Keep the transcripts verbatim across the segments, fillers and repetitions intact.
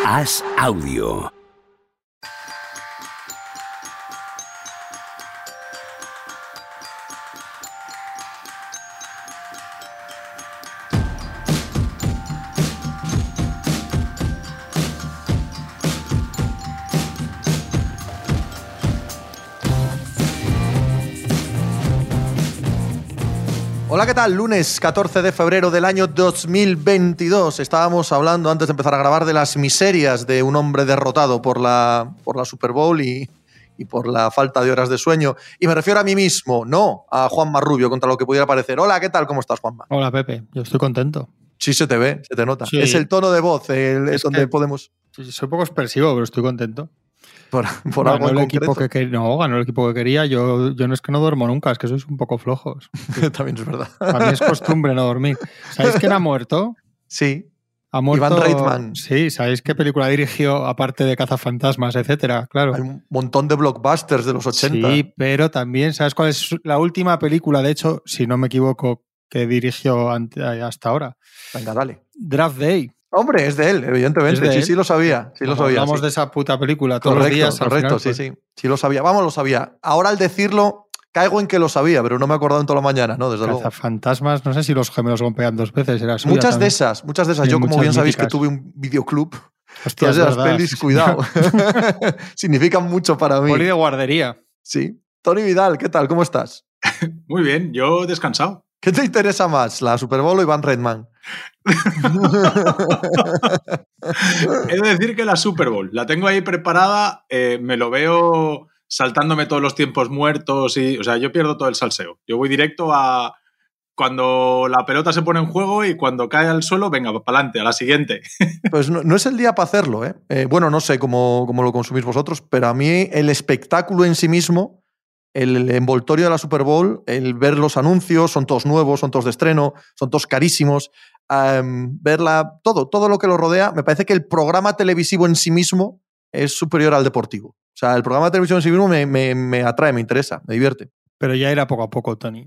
Haz audio. Hola, ¿qué tal? Lunes catorce de febrero del año dos mil veintidós. Estábamos hablando antes de empezar a grabar de las miserias de un hombre derrotado por la, por la Super Bowl y, y por la falta de horas de sueño. Y me refiero a mí mismo, no a Juanma Rubio, contra lo que pudiera parecer. Hola, ¿qué tal? ¿Cómo estás, Juanma? Hola, Pepe. Yo estoy contento. Sí, se te ve, se te nota. Sí. Es el tono de voz, el, es Es donde que podemos... soy un poco expresivo, pero estoy contento. Por, por ganó algo en el equipo concreto. que quería. No, ganó el equipo que quería. Yo, yo no es que no duermo nunca, es que sois un poco flojos. También es verdad. A mí es costumbre no dormir. ¿Sabéis quién ha muerto? Sí. Ha muerto. Iván Reitman. Sí, ¿sabéis qué película dirigió, aparte de Cazafantasmas, etcétera? Claro. Hay un montón de blockbusters de los ochenta. Sí, pero también, ¿sabes cuál es la última película, de hecho, si no me equivoco, que dirigió hasta ahora? Venga, dale. Draft Day. Hombre, es de él, evidentemente. Es de sí, él. sí lo sabía. Sí lo Como sabía. hablamos sí. de esa puta película todos Correcto, los días. al correcto, final, sí, pues, sí. Sí lo sabía. Vamos, lo sabía. Ahora al decirlo, caigo en que lo sabía, pero no me he acordado en toda la mañana, ¿no? Desde luego. Cazafantasmas, no sé si los gemelos golpean dos veces. Era suya Muchas también. de esas, muchas de esas. Sí, Yo, como muchas bien sabéis que míticas. tuve un videoclub, Hostia, todas es esas verdad, pelis, sí, sí. cuidado. Significan mucho para mí. Poli de guardería. Sí. Tony Vidal, ¿qué tal? ¿Cómo estás? Muy bien, yo descansado. ¿Qué te interesa más, la Super Bowl o Iván Reitman? He de decir que la Super Bowl la tengo ahí preparada, eh, me lo veo saltándome todos los tiempos muertos y, o sea, yo pierdo todo el salseo. Yo voy directo a cuando la pelota se pone en juego y cuando cae al suelo, venga, para adelante, a la siguiente. Pues no, no es el día para hacerlo, ¿eh? Eh, bueno, no sé cómo, cómo lo consumís vosotros, pero a mí el espectáculo en sí mismo, el envoltorio de la Super Bowl, el ver los anuncios, son todos nuevos, son todos de estreno, son todos carísimos, um, verla, todo, todo lo que lo rodea, me parece que el programa televisivo en sí mismo es superior al deportivo. O sea, el programa televisivo en sí mismo me, me, me atrae, me interesa, me divierte. Pero ya era poco a poco, Tony.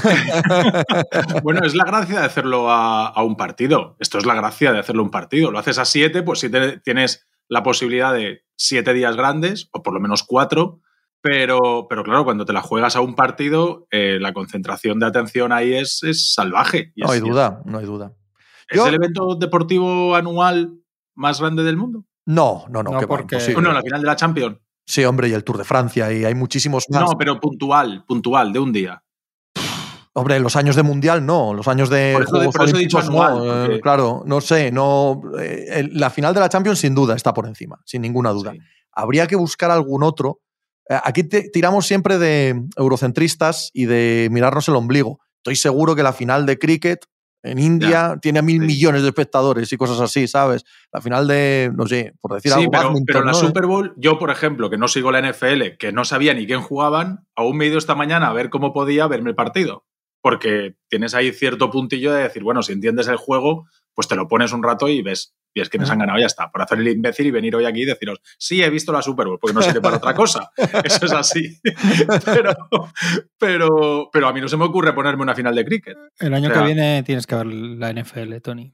Bueno, es la gracia de hacerlo a, a un partido. Esto es la gracia de hacerlo a un partido. Lo haces a siete, pues si te, tienes la posibilidad de siete días grandes, o por lo menos cuatro. Pero, pero claro, cuando te la juegas a un partido, eh, la concentración de atención ahí es, es salvaje. Y No hay es, duda, no hay duda. ¿Es Yo- el evento deportivo anual más grande del mundo? No, no, no, No, que va, porque- imposible. No, la final de la Champions. Sí, hombre, y el Tour de Francia, y hay muchísimos más. No, pero puntual, puntual, de un día. Hombre, los años de Mundial no, los años de Por eso- Juegos por eso he dicho Olímpicos anual, no, eh, porque- claro, no sé, no, eh, el- la final de la Champions sin duda está por encima, sin ninguna duda. Sí. Habría que buscar algún otro. Eh, Aquí te- tiramos siempre de eurocentristas y de mirarnos el ombligo. Estoy seguro que la final de cricket en India Ya, tiene a mil sí. millones de espectadores y cosas así, ¿sabes? La final de, no sé, por decir Sí, algo, pero, badminton, pero la ¿no? Super Bowl, yo, por ejemplo, que no sigo la N F L, que no sabía ni quién jugaban, aún me he ido esta mañana a ver cómo podía verme el partido. Porque tienes ahí cierto puntillo de decir, bueno, si entiendes el juego, pues te lo pones un rato y ves, ves quiénes han ganado y ya está. Por hacer el imbécil y venir hoy aquí y deciros, sí, he visto la Super Bowl, porque no sirve para otra cosa. Eso es así. Pero, pero, pero a mí no se me ocurre ponerme una final de cricket. El año O sea- que viene tienes que ver la N F L, Tony.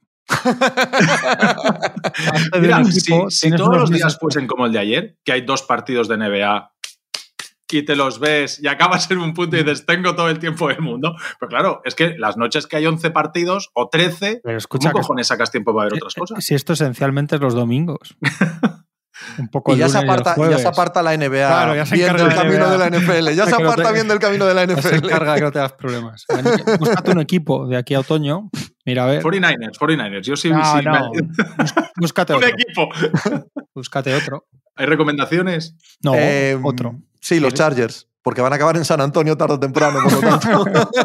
Mira, un si, equipo, si tienes todos unos los días meses- fuesen como el de ayer, que hay dos partidos de N B A y te los ves y acabas en un punto y dices, tengo todo el tiempo del mundo. Pero claro, es que las noches que hay once partidos o trece, Pero escucha ¿cómo que- cojones sacas tiempo para ver otras Eh, cosas? Si esto esencialmente es los domingos. Un poco Y el ya se, lunes y el aparta, y ya jueves. se aparta la N B A Claro, ya se bien encarga del la N B A. camino de la N F L. Ya De se que no aparta te- bien del camino de la N Ya F se L. encarga de que no te das problemas. Búscate un equipo de aquí a otoño. Mira, a ver. cuarenta y nueve ers, cuarenta y nueve ers. Yo sí, No, sí no. me- Búscate un otro. equipo. Búscate otro. ¿Hay recomendaciones? No, Eh, otro. Sí, los Chargers, porque van a acabar en San Antonio tarde o temprano, por lo tanto.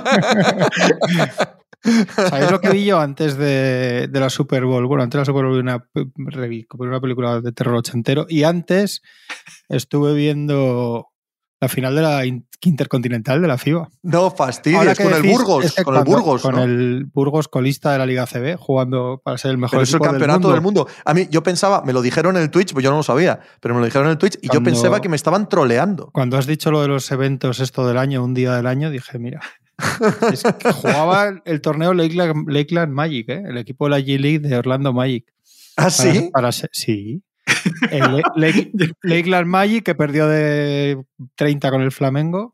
¿Sabéis lo que vi yo antes de, de la Super Bowl? Bueno, antes de la Super Bowl vi una, revi- una película de terror ochentero y antes estuve viendo la final de la in- Intercontinental de la FIBA. No Ahora fastidies, que con el decís, Burgos, es que con el cuando- Burgos, Con ¿no? el Burgos colista de la Liga C B, jugando para ser el mejor Pero es el equipo campeonato del del mundo. mundo. A mí, yo pensaba, me lo dijeron en el Twitch, pues yo no lo sabía, pero me lo dijeron en el Twitch y Cuando- yo pensaba que me estaban troleando. Cuando has dicho lo de los eventos esto del año, un día del año, dije, mira, es que jugaba el torneo Lakeland, Lakeland Magic, ¿eh? El equipo de la G-League de Orlando Magic. ¿Ah, sí? Para, para ser, sí. El Lake, Lakeland Magic, que perdió de treinta con el Flamengo.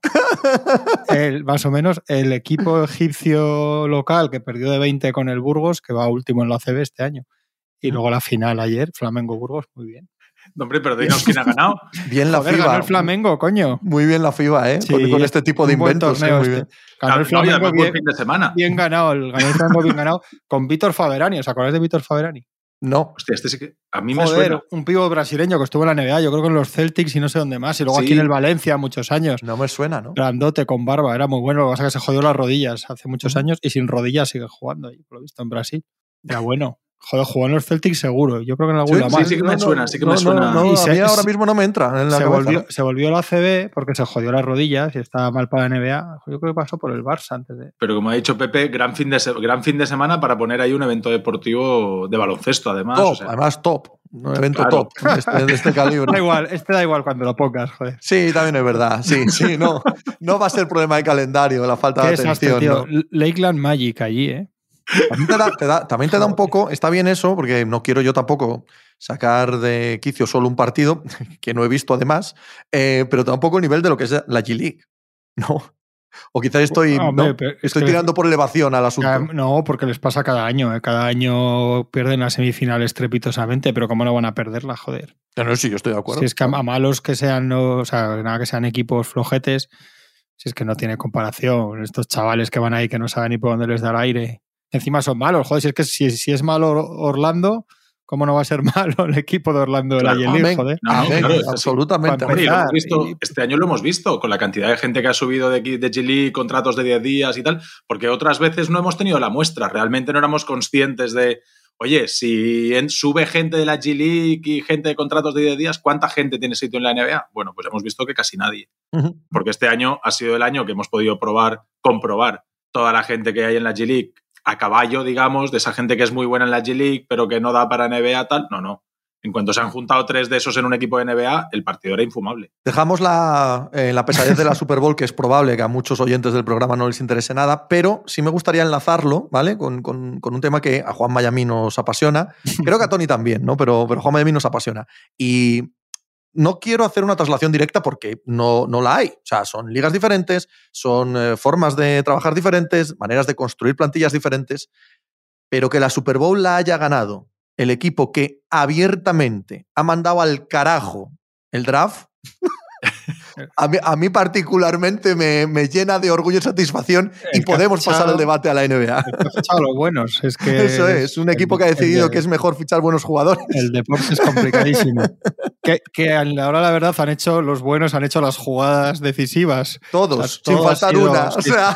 El, más o menos. El equipo egipcio local, que perdió de veinte con el Burgos, que va último en la A C B este año. Y luego la final ayer, Flamengo-Burgos, muy bien. No, hombre, pero dinos quién ha ganado. Bien la Joder, FIBA. ganó el Flamengo, coño. Muy bien la FIBA, ¿eh? Sí, con, con este tipo de inventos. Torneo, ¿eh? Muy este. bien. Ganó el Flamengo no, bien, fin de semana. bien ganado. El, ganó el Flamengo bien ganado con Vítor Faberani. ¿Os acordáis de Vítor Faberani? No. Hostia, este sí que a mí Joder, me suena. Un pivo brasileño que estuvo en la N B A, yo creo que en los Celtics y no sé dónde más. Y luego Sí. aquí en el Valencia muchos años. No me suena, ¿no? Grandote, con barba, era muy bueno. Lo que pasa es que se jodió las rodillas hace muchos uh-huh. años y sin rodillas sigue jugando ahí, por lo visto, en Brasil. Era bueno. Joder, jugó en los Celtics seguro. Yo creo que en alguna sí, más. Sí, sí que me no, suena, sí que no, me suena. No, no, y se, a mí ahora mismo no me entra en la se, cabeza, volvió, ¿no? se volvió a la A C B porque se jodió las rodillas y estaba mal para la N B A. Yo creo que pasó por el Barça antes de... Pero como ha dicho Pepe, gran fin de, se- gran fin de semana para poner ahí un evento deportivo de baloncesto, además. Top, o sea. además top. Un evento Claro. top de este, de este calibre. Da igual, este da igual cuando lo pongas, joder. Sí, también es verdad. Sí, sí, no. No va a ser problema de calendario, la falta de atención. Tío? ¿no? Lakeland Magic allí, ¿eh? También te, da, te da, también te da un poco, está bien eso, porque no quiero yo tampoco sacar de quicio solo un partido, que no he visto además, eh, pero te da un poco el nivel de lo que es la G-League, ¿no? O quizás estoy, ah, hombre, ¿no? estoy tirando les... por elevación al asunto. No, porque les pasa cada año. ¿eh? Cada año pierden las semifinales estrepitosamente, pero ¿cómo no van a perderla, joder? No, no, sí, yo estoy de acuerdo. Si es que a malos que sean, no, o sea, nada que sean equipos flojetes, si es que no tiene comparación. Estos chavales que van ahí que no saben ni por dónde les da el aire. Encima son malos, joder, si es que si, si es malo Orlando, ¿cómo no va a ser malo el equipo de Orlando de la G-League, joder? No, no, claro, absolutamente. Hombre, lo hemos visto, este año lo hemos visto, con la cantidad de gente que ha subido de, de G-League, contratos de diez días y tal, porque otras veces no hemos tenido la muestra, realmente no éramos conscientes de, oye, si en, sube gente de la G-League y gente de contratos de diez días, ¿cuánta gente tiene sitio en la N B A? Bueno, pues hemos visto que casi nadie, uh-huh. porque este año ha sido el año que hemos podido probar, comprobar toda la gente que hay en la G-League a caballo, digamos, de esa gente que es muy buena en la G-League, pero que no da para N B A, tal. No, no. En cuanto se han juntado tres de esos en un equipo de N B A, el partido era infumable. Dejamos la, eh, la pesadez de la Super Bowl, que es probable que a muchos oyentes del programa no les interese nada, pero sí me gustaría enlazarlo, ¿vale? Con, con, con un tema que a Juan Mayamí nos apasiona. Creo que a Tony también, ¿no? Pero, pero Juan Mayamí nos apasiona. Y no quiero hacer una traslación directa porque no, no la hay. O sea, son ligas diferentes, son eh, formas de trabajar diferentes, maneras de construir plantillas diferentes, pero que la Super Bowl la haya ganado el equipo que abiertamente ha mandado al carajo el draft, a, mí, a mí particularmente me, me llena de orgullo y satisfacción y el podemos fichado, pasar el debate a la N B A. El que ha fichado a los buenos. Es que Eso es, un equipo el, que ha decidido de, que es mejor fichar buenos jugadores. El deporte es complicadísimo. que, que ahora la verdad han hecho, los buenos han hecho las jugadas decisivas. Todos, o sea, sin faltar una. O sea,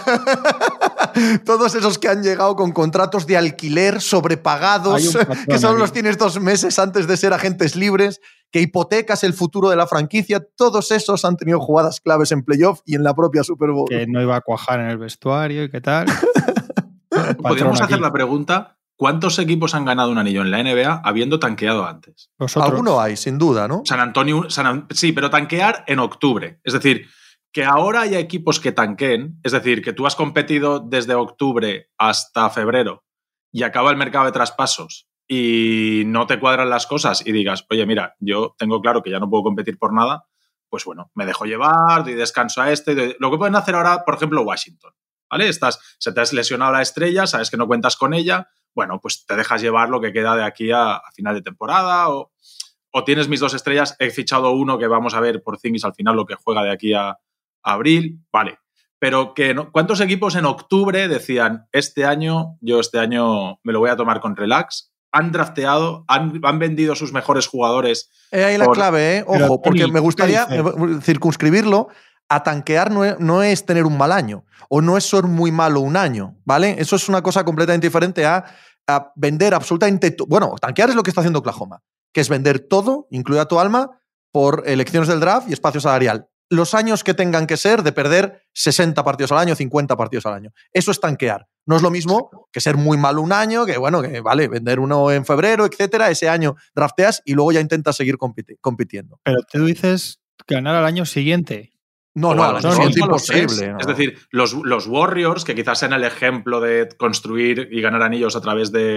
todos esos que han llegado con contratos de alquiler sobrepagados, que solo ahí. los tienes dos meses antes de ser agentes libres, que hipotecas el futuro de la franquicia, todos esos han tenido jugadas claves en playoff y en la propia Super Bowl. Que no iba a cuajar en el vestuario y qué tal. Podríamos hacer la pregunta, ¿cuántos equipos han ganado un anillo en la N B A habiendo tanqueado antes? ¿Vosotros? Alguno hay, sin duda, ¿no? San Antonio, San, sí, pero tanquear en octubre. Es decir, que ahora haya equipos que tanqueen, es decir, que tú has competido desde octubre hasta febrero y acaba el mercado de traspasos y no te cuadran las cosas y digas, oye, mira, yo tengo claro que ya no puedo competir por nada, pues bueno, me dejo llevar, doy descanso a este. Doy... Lo que pueden hacer ahora, por ejemplo, Washington, ¿vale? Estás, se te has lesionado la estrella, sabes que no cuentas con ella, bueno, pues te dejas llevar lo que queda de aquí a, a final de temporada o, o tienes mis dos estrellas, he fichado uno que vamos a ver por Porzingis al final lo que juega de aquí a, a abril, vale. Pero que no, ¿cuántos equipos en octubre decían, este año, yo este año me lo voy a tomar con relax? Han drafteado, han, han vendido sus mejores jugadores. Eh, ahí por... la clave, ¿eh? Ojo, Pero, porque Tony, me gustaría circunscribirlo. A tanquear no es, no es tener un mal año o no es ser muy malo un año, ¿vale? Eso es una cosa completamente diferente a, a vender absolutamente todo. Bueno, tanquear es lo que está haciendo Oklahoma, que es vender todo, incluida tu alma, por elecciones del draft y espacio salarial. Los años que tengan que ser de perder sesenta partidos al año, cincuenta partidos al año. Eso es tanquear. No es lo mismo que ser muy malo un año, que bueno, que vale, vender uno en febrero, etcétera. Ese año drafteas y luego ya intentas seguir compiti- compitiendo. Pero tú dices ganar al año siguiente. No, no, no, no es imposible. No. Es decir, los, los Warriors, que quizás sean el ejemplo de construir y ganar anillos a través de,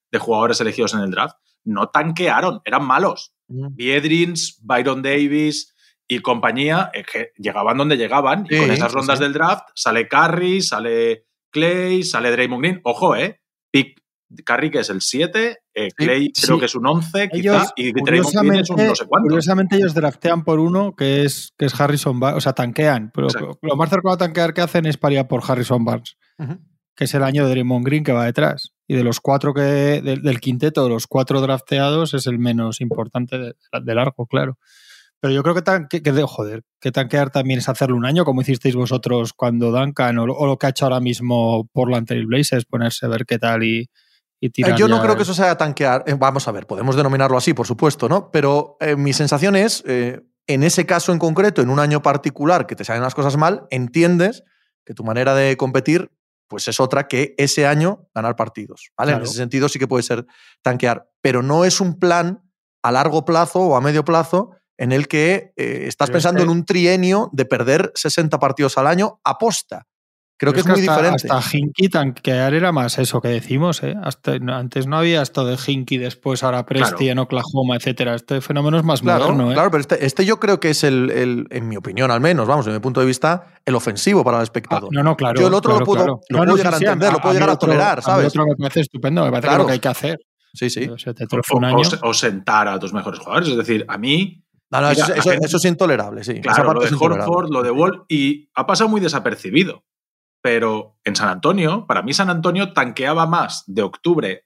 de jugadores elegidos en el draft. No tanquearon, eran malos. Mm. Biedrins, Byron Davis y compañía eh, que llegaban donde llegaban. Sí, y con esas rondas sí, sí. del draft sale Curry, sale Clay, sale Draymond Green. Ojo, ¿eh? Pick Curry, que es el siete, eh, Clay sí, creo sí. que es un once, ellos, quizá, y Draymond Green es un no sé cuánto. Curiosamente ellos draftean por uno, que es, que es Harrison Barnes, o sea, tanquean, pero Exacto. lo más cercano a tanquear que hacen es parir por Harrison Barnes, uh-huh. que es el año de Draymond Green que va detrás. Y de los cuatro que, de, del quinteto, de los cuatro drafteados, es el menos importante de, de largo, claro. Pero yo creo que, tan, que, que de, joder, que tanquear también es hacerlo un año, como hicisteis vosotros cuando Duncan, o, o lo que ha hecho ahora mismo Portland Trail Blazers, ponerse a ver qué tal y Eh, yo no creo que eso sea tanquear. Eh, vamos a ver, podemos denominarlo así, por supuesto, ¿no? Pero eh, mi sensación es, eh, en ese caso en concreto, en un año particular que te salen las cosas mal, entiendes que tu manera de competir pues es otra que ese año ganar partidos, ¿vale? Claro. En ese sentido sí que puede ser tanquear, pero no es un plan a largo plazo o a medio plazo en el que eh, estás pero pensando es que... en un trienio de perder sesenta partidos al año a posta. Creo que es, que es muy hasta, diferente. Hasta Hinkie tanquear era más eso que decimos, ¿eh? Hasta, antes no había esto de Hinkie, después ahora Presti claro. en Oklahoma, etcétera. Este fenómeno es más claro, moderno, ¿eh? Claro, pero este, este yo creo que es el, el, en mi opinión al menos, vamos, desde mi punto de vista, el ofensivo para el espectador. Ah, no, no, claro. Yo el otro claro, lo puedo, claro. lo no, puedo no, llegar sí, a entender, a, lo puedo a llegar a otro, tolerar, ¿sabes? A otro me parece estupendo, me parece claro. que es lo que hay que hacer. Sí, sí. O, sea, te o, un año. o, o sentar a tus mejores jugadores, es decir, a mí... No, no, mira, eso, eso, gente, eso es intolerable, sí. Claro, Esa parte lo de es intolerable. Horford, lo de Wall, y ha pasado muy desapercibido. Pero en San Antonio, para mí San Antonio tanqueaba más de octubre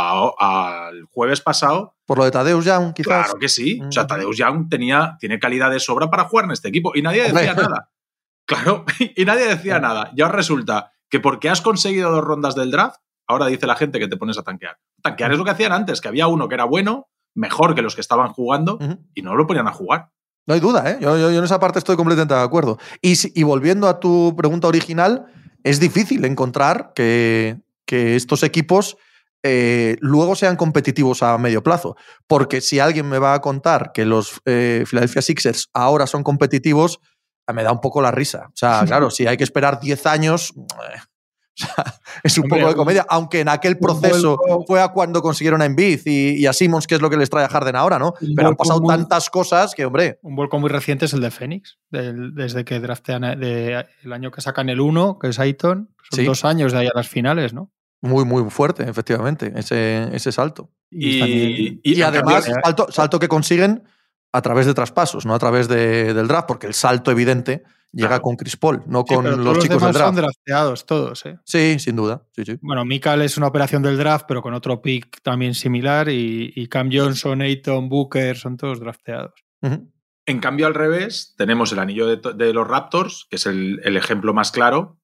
al jueves pasado. Por lo de Tadeusz Young, quizás. Claro que sí. Mm. O sea, Tadeusz Young tenía, tiene calidad de sobra para jugar en este equipo. Y nadie decía Hombre. nada. Claro, y nadie decía Hombre. nada. Y ahora resulta que porque has conseguido dos rondas del draft, ahora dice la gente que te pones a tanquear. Tanquear es lo que hacían antes, que había uno que era bueno, mejor que los que estaban jugando, uh-huh. y no lo ponían a jugar. No hay duda, ¿eh? Yo, yo, yo en esa parte estoy completamente de acuerdo. Y, y volviendo a tu pregunta original, es difícil encontrar que, que estos equipos eh, luego sean competitivos a medio plazo. Porque si alguien me va a contar que los eh, Philadelphia Sixers ahora son competitivos, me da un poco la risa. O sea, claro, si hay que esperar diez años... Eh, o sea, es un Hombre, poco de comedia, aunque en aquel proceso vuelco, fue a cuando consiguieron a Embiid y, y a Simmons, que es lo que les trae a Harden ahora, ¿no? Pero han pasado muy, tantas cosas que, hombre... Un vuelco muy reciente es el de Phoenix, del, desde que draftean de, el año que sacan el uno, que es Ayton, son sí. dos años de ahí a las finales, ¿no? Muy, muy fuerte, efectivamente, ese, ese salto. Y, y, y, y además, cambio, salto, salto que consiguen a través de traspasos, no a través de, del draft, porque el salto evidente... Llega claro. con Chris Paul, no sí, con los, los los chicos demás del draft. Son drafteados todos, ¿eh? Sí, sin duda. Sí, sí. Bueno, Mikal es una operación del draft, pero con otro pick también similar. Y, y Cam Johnson, Ayton, Booker, son todos drafteados. Uh-huh. En cambio, al revés, tenemos el anillo de, de los Raptors, que es el, el ejemplo más claro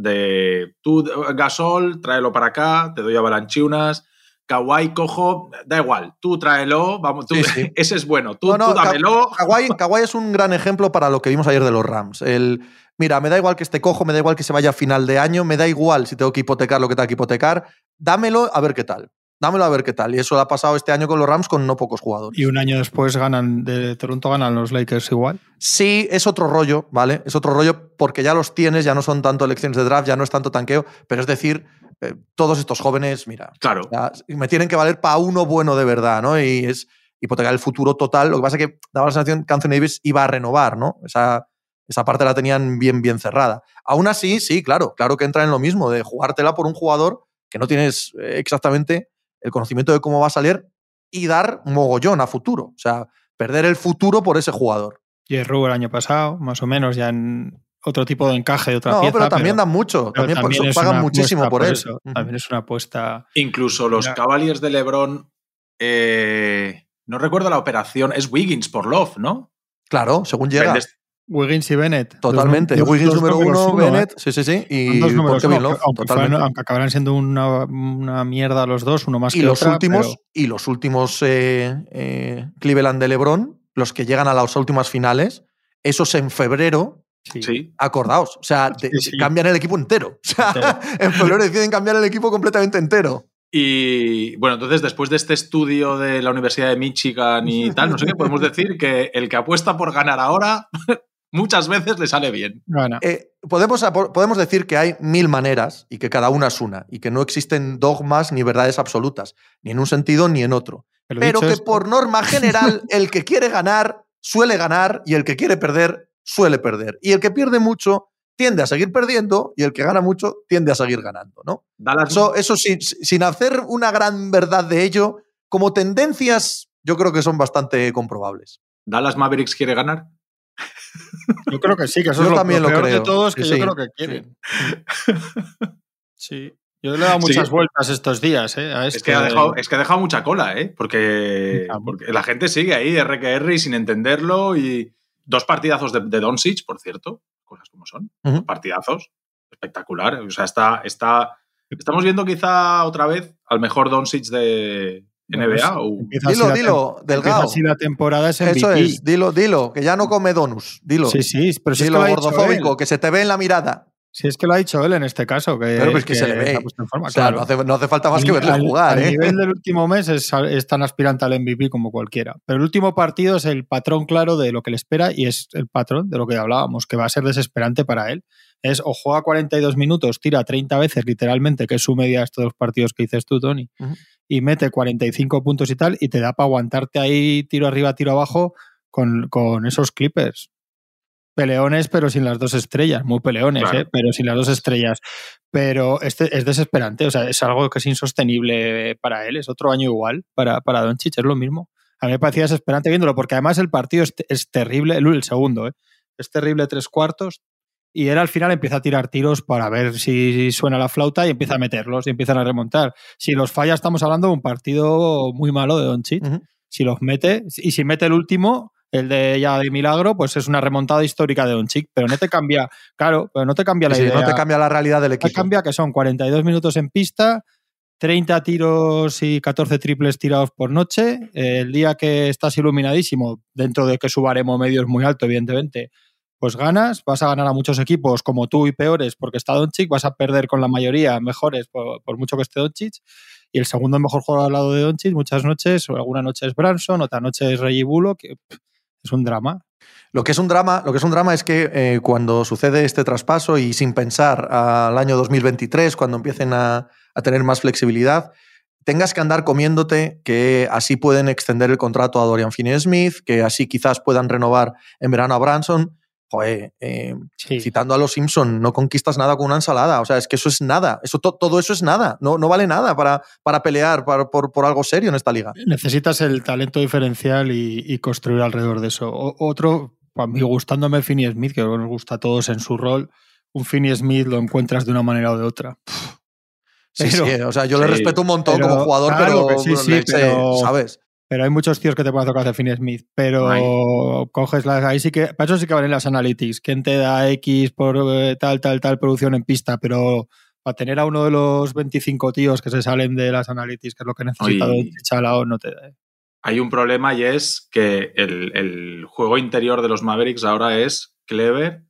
de tú, Gasol, tráelo para acá, te doy a Balanchunas. Kawhi, cojo, da igual, tú tráelo, vamos, tú, sí, sí. ese es bueno, tú, no, no, tú dámelo. Kawhi, Kawhi es un gran ejemplo para lo que vimos ayer de los Rams. El, mira, me da igual que esté cojo, me da igual que se vaya a final de año, me da igual si tengo que hipotecar lo que tengo que hipotecar, dámelo a ver qué tal. Dámelo a ver qué tal. Y eso ha pasado este año con los Rams con no pocos jugadores. Y un año después ganan de Toronto, ganan los Lakers igual. Sí, es otro rollo, ¿vale? Es otro rollo porque ya los tienes, ya no son tanto elecciones de draft, ya no es tanto tanqueo, pero es decir... Eh, todos estos jóvenes, mira, claro. o sea, me tienen que valer para uno bueno de verdad, ¿no? Y es hipotecar el futuro total. Lo que pasa es que daba la sensación que Anthony Davis iba a renovar, ¿no? Esa, esa parte la tenían bien, bien cerrada. Aún así, sí, claro, claro que entra en lo mismo, de jugártela por un jugador que no tienes exactamente el conocimiento de cómo va a salir y dar mogollón a futuro. O sea, perder el futuro por ese jugador. Y el Rubio el año pasado, más o menos, ya en... otro tipo de encaje de otra no, pieza. No, pero también pero, dan mucho. También, también por eso pagan muchísimo por, por eso. Uh-huh. También es una apuesta... Incluso los Mira. Cavaliers de LeBron, eh, no recuerdo la operación, es Wiggins por Love, ¿no? Claro, según llega. Vendes... Wiggins y Bennett. Totalmente. Dos, Wiggins dos, número dos uno, uno, Bennett, ¿eh? sí, sí, sí. Y por Kevin uno, Love, aunque, totalmente. Fueran, aunque acabarán siendo una, una mierda los dos, uno más y que los otra, últimos pero... Y los últimos eh, eh, Cleveland de LeBron, los que llegan a las últimas finales, esos en febrero... Sí. Acordaos, o sea, de, sí, sí. cambian el equipo entero. O sea, entero. En febrero deciden cambiar el equipo completamente entero. Y bueno, entonces después de este estudio de la Universidad de Michigan y tal, no sé qué, podemos decir que el que apuesta por ganar ahora muchas veces le sale bien. Bueno. Eh, podemos, podemos decir que hay mil maneras y que cada una es una y que no existen dogmas ni verdades absolutas, ni en un sentido ni en otro. Pero, Pero que esto... por norma general el que quiere ganar suele ganar y el que quiere perder suele perder. Y el que pierde mucho tiende a seguir perdiendo y el que gana mucho tiende a seguir ganando, ¿no? Dallas... Eso, eso sin, sin hacer una gran verdad de ello, como tendencias yo creo que son bastante comprobables. ¿Dallas Mavericks quiere ganar? Yo creo que sí, que eso yo es lo, también lo lo peor creo. de todo es que sí, yo sí. creo que quieren. Sí. Yo le he dado muchas sí. vueltas estos días, ¿eh? A esto es, que ha de... dejado, es que ha dejado mucha cola, ¿eh? Porque, porque la gente sigue ahí, R que R, y sin entenderlo. Y dos partidazos de, de Doncic, por cierto, cosas como son. Uh-huh. Dos partidazos. Espectacular. O sea, está, está, estamos viendo quizá otra vez al mejor Doncic de N B A. Bueno, o... Dilo, dilo, Delgado. Así la temporada es M V P. Eso es, dilo, dilo, que ya no come donuts. Dilo. Sí, sí, pero si dilo, es que gordofóbico, que se te ve en la mirada. Si es que lo ha dicho él en este caso. Que, pero pues que, que se le ve. Se ha puesto en forma, o sea, claro. no, hace, no hace falta más que verle al, jugar. Al ¿eh? nivel del último mes es, es tan aspirante al M V P como cualquiera. Pero el último partido es el patrón claro de lo que le espera y es el patrón de lo que hablábamos, que va a ser desesperante para él. Es o juega cuarenta y dos minutos, tira treinta veces literalmente, que es su media de estos dos partidos que dices tú, Tony, uh-huh. y mete cuarenta y cinco puntos y tal, y te da para aguantarte ahí tiro arriba, tiro abajo con, con esos Clippers. Peleones, pero sin las dos estrellas. Muy peleones, claro. ¿eh? Pero sin las dos estrellas. Pero este es desesperante. O sea, es algo que es insostenible para él. Es otro año igual para, para Doncic. Es lo mismo. A mí me parecía desesperante viéndolo, porque además el partido es, es terrible. El, el segundo, ¿eh? Es terrible tres cuartos. Y él al final empieza a tirar tiros para ver si suena la flauta y empieza a meterlos y empiezan a remontar. Si los falla, estamos hablando de un partido muy malo de Doncic. Uh-huh. Si los mete, y si mete el último... El de ya de milagro, pues es una remontada histórica de Doncic, pero no te cambia, claro, pero no te cambia la sí, idea. No te cambia la realidad del equipo. Te cambia que son cuarenta y dos minutos en pista, treinta tiros y catorce triples tirados por noche. El día que estás iluminadísimo, dentro de que su baremo medio es muy alto, evidentemente, pues ganas, vas a ganar a muchos equipos como tú y peores porque está Doncic, vas a perder con la mayoría mejores por, por mucho que esté Doncic. Y el segundo mejor jugador al lado de Doncic muchas noches, o alguna noche es Branson, otra noche es Reggie Bullock, que es un drama. Lo que es un drama, lo que es un drama es que eh, cuando sucede este traspaso y sin pensar al año dos mil veintitrés, cuando empiecen a, a tener más flexibilidad, tengas que andar comiéndote que así pueden extender el contrato a Dorian Finney-Smith, que así quizás puedan renovar en verano a Branson. Joder, eh, sí. Citando a los Simpson, no conquistas nada con una ensalada. O sea, es que eso es nada. Eso, to, todo eso es nada. No, no vale nada para, para pelear para, por, por algo serio en esta liga. Necesitas el talento diferencial y, y construir alrededor de eso. O, otro, a mí gustándome Finney-Smith, que nos gusta a todos en su rol, un Finney-Smith lo encuentras de una manera o de otra. Sí, pero, sí, o sea, yo sí, le respeto un montón pero, como jugador, claro pero, sí, sí, le, pero ¿sabes? Pero hay muchos tíos que te pueden tocar de Finney-Smith, pero Ay. coges las ahí sí que para eso sí que valen las analytics. ¿Quién te da X por eh, tal, tal, tal producción en pista? Pero para tener a uno de los veinticinco tíos que se salen de las analytics, que es lo que necesita de Chalao, no te da. Hay un problema y es que el, el juego interior de los Mavericks ahora es Kleber,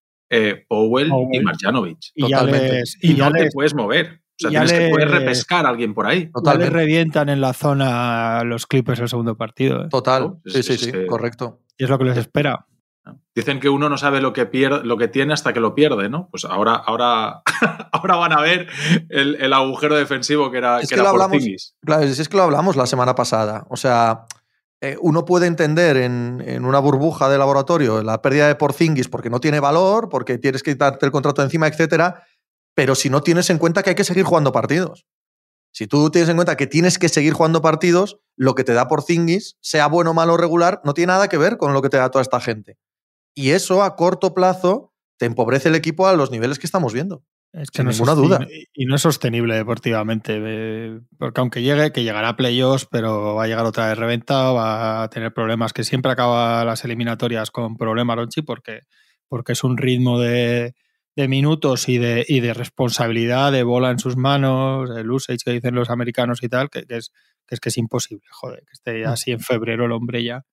eh, Powell, Powell y Marjanovic. Y Totalmente. Ya les, y, y ya no les, te puedes mover. O sea, ya tienes le, que poder repescar a alguien por ahí. Totalmente. Ya le revientan en la zona los Clippers el segundo partido. ¿eh? Total, ¿no? sí, es, sí, es sí, que... correcto. Y es lo que les espera. Dicen que uno no sabe lo que, pierde, lo que tiene hasta que lo pierde, ¿no? Pues ahora, ahora, ahora van a ver el, el agujero defensivo que era, es que que era lo hablamos, Porzingis. Claro, es que lo hablamos la semana pasada. O sea, eh, uno puede entender en, en una burbuja de laboratorio la pérdida de Porzingis porque no tiene valor, porque tienes que quitarte el contrato de encima, etcétera. Pero si no tienes en cuenta que hay que seguir jugando partidos. Si tú tienes en cuenta que tienes que seguir jugando partidos, lo que te da Porzingis, sea bueno, malo o regular, no tiene nada que ver con lo que te da toda esta gente. Y eso, a corto plazo, te empobrece el equipo a los niveles que estamos viendo. Es que sin no ninguna es duda. Y no es sostenible deportivamente. Eh, porque aunque llegue, que llegará a playoffs, pero va a llegar otra vez reventado, va a tener problemas, que siempre acaba las eliminatorias con problemas, Ronchi, porque, porque es un ritmo de... de minutos y de, y de responsabilidad, de bola en sus manos, el usage que dicen los americanos y tal, que, que, es, que es que es imposible, joder, que esté así en febrero el hombre ya.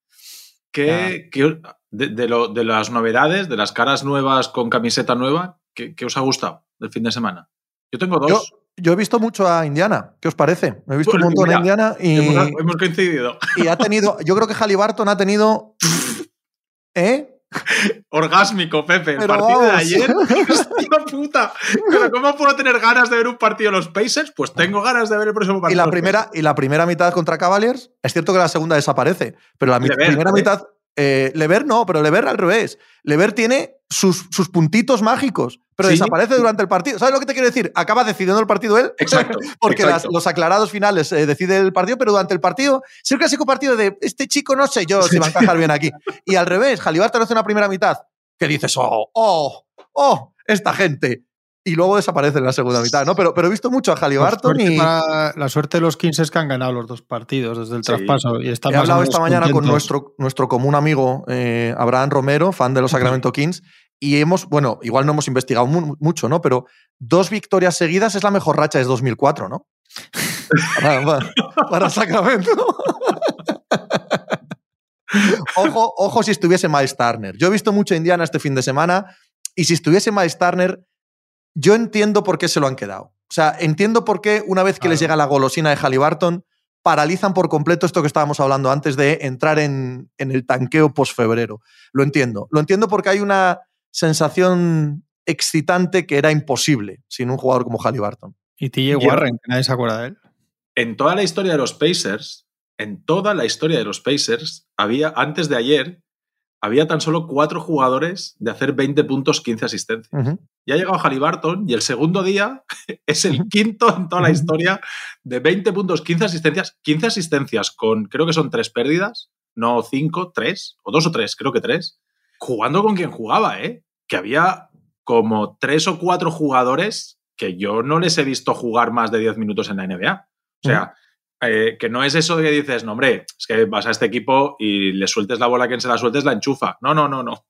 ¿Qué, qué, de, de, lo, de las novedades, de las caras nuevas con camiseta nueva, ¿qué, qué os ha gustado del fin de semana? Yo tengo dos. Yo, yo he visto mucho a Indiana, ¿qué os parece? Me he visto pues, un montón mira, a Indiana y... Hemos, hemos coincidido. Y ha tenido, yo creo que Haliburton ha tenido... ¿Eh? Orgásmico, Pepe. El Pero partido vamos. de ayer. ¡Hostia puta! ¿Pero cómo puedo tener ganas de ver un partido de los Pacers? Pues tengo ganas de ver el próximo Y partido. la, de los primera, Pacers. y la primera mitad contra Cavaliers, es cierto que la segunda desaparece, pero la mi- Levert, primera ¿eh? mitad. Eh, Levert no, pero Levert al revés. Levert tiene sus, sus puntitos mágicos, pero Sí. desaparece durante el partido. ¿Sabes lo que te quiero decir? Acaba decidiendo el partido él. Exacto. Porque exacto. las- los aclarados finales eh, decide el partido, pero durante el partido es el clásico partido de este chico no sé yo si va a encajar bien aquí. Y al revés, Haliburton hace una primera mitad que dices, oh, oh, oh, esta gente. Y luego desaparece en la segunda mitad, ¿no? Pero, pero he visto mucho a La Haliburton suerte, y para- la suerte de los Kings es que han ganado los dos partidos desde el Sí. traspaso. Y están he más o hablado menos esta mañana con contentos. nuestro, nuestro común amigo eh, Abraham Romero, fan de los Sacramento Kings, y hemos, bueno, igual no hemos investigado mu- mucho, ¿no? Pero dos victorias seguidas es la mejor racha desde dos mil cuatro, ¿no? Para, para- para Sacramento. Ojo, ojo si estuviese Miles Turner. Yo he visto mucho Indiana este fin de semana y si estuviese Miles Turner, yo entiendo por qué se lo han quedado. O sea, entiendo por qué una vez que Claro. les llega la golosina de Haliburton, paralizan por completo esto que estábamos hablando antes de entrar en, en el tanqueo post-febrero. Lo entiendo. Lo entiendo porque hay una sensación excitante que era imposible sin un jugador como Haliburton. Y T J Yo- Warren, que nadie se acuerda de él. En toda la historia de los Pacers, en toda la historia de los Pacers, había, antes de ayer, había tan solo cuatro jugadores de hacer veinte puntos, quince asistencias. Uh-huh. Ya ha llegado Haliburton y el segundo día es el quinto en toda la historia de veinte puntos, quince asistencias. quince asistencias con, creo que son tres pérdidas, no cinco, tres, o dos o tres, creo que tres. Jugando con quien jugaba, ¿eh? Que había como tres o cuatro jugadores que yo no les he visto jugar más de diez minutos en la N B A. O sea, eh, que no es eso de que dices, no, hombre, es que vas a este equipo y le sueltes la bola a quien se la sueltes, la enchufa. No, no, no, no.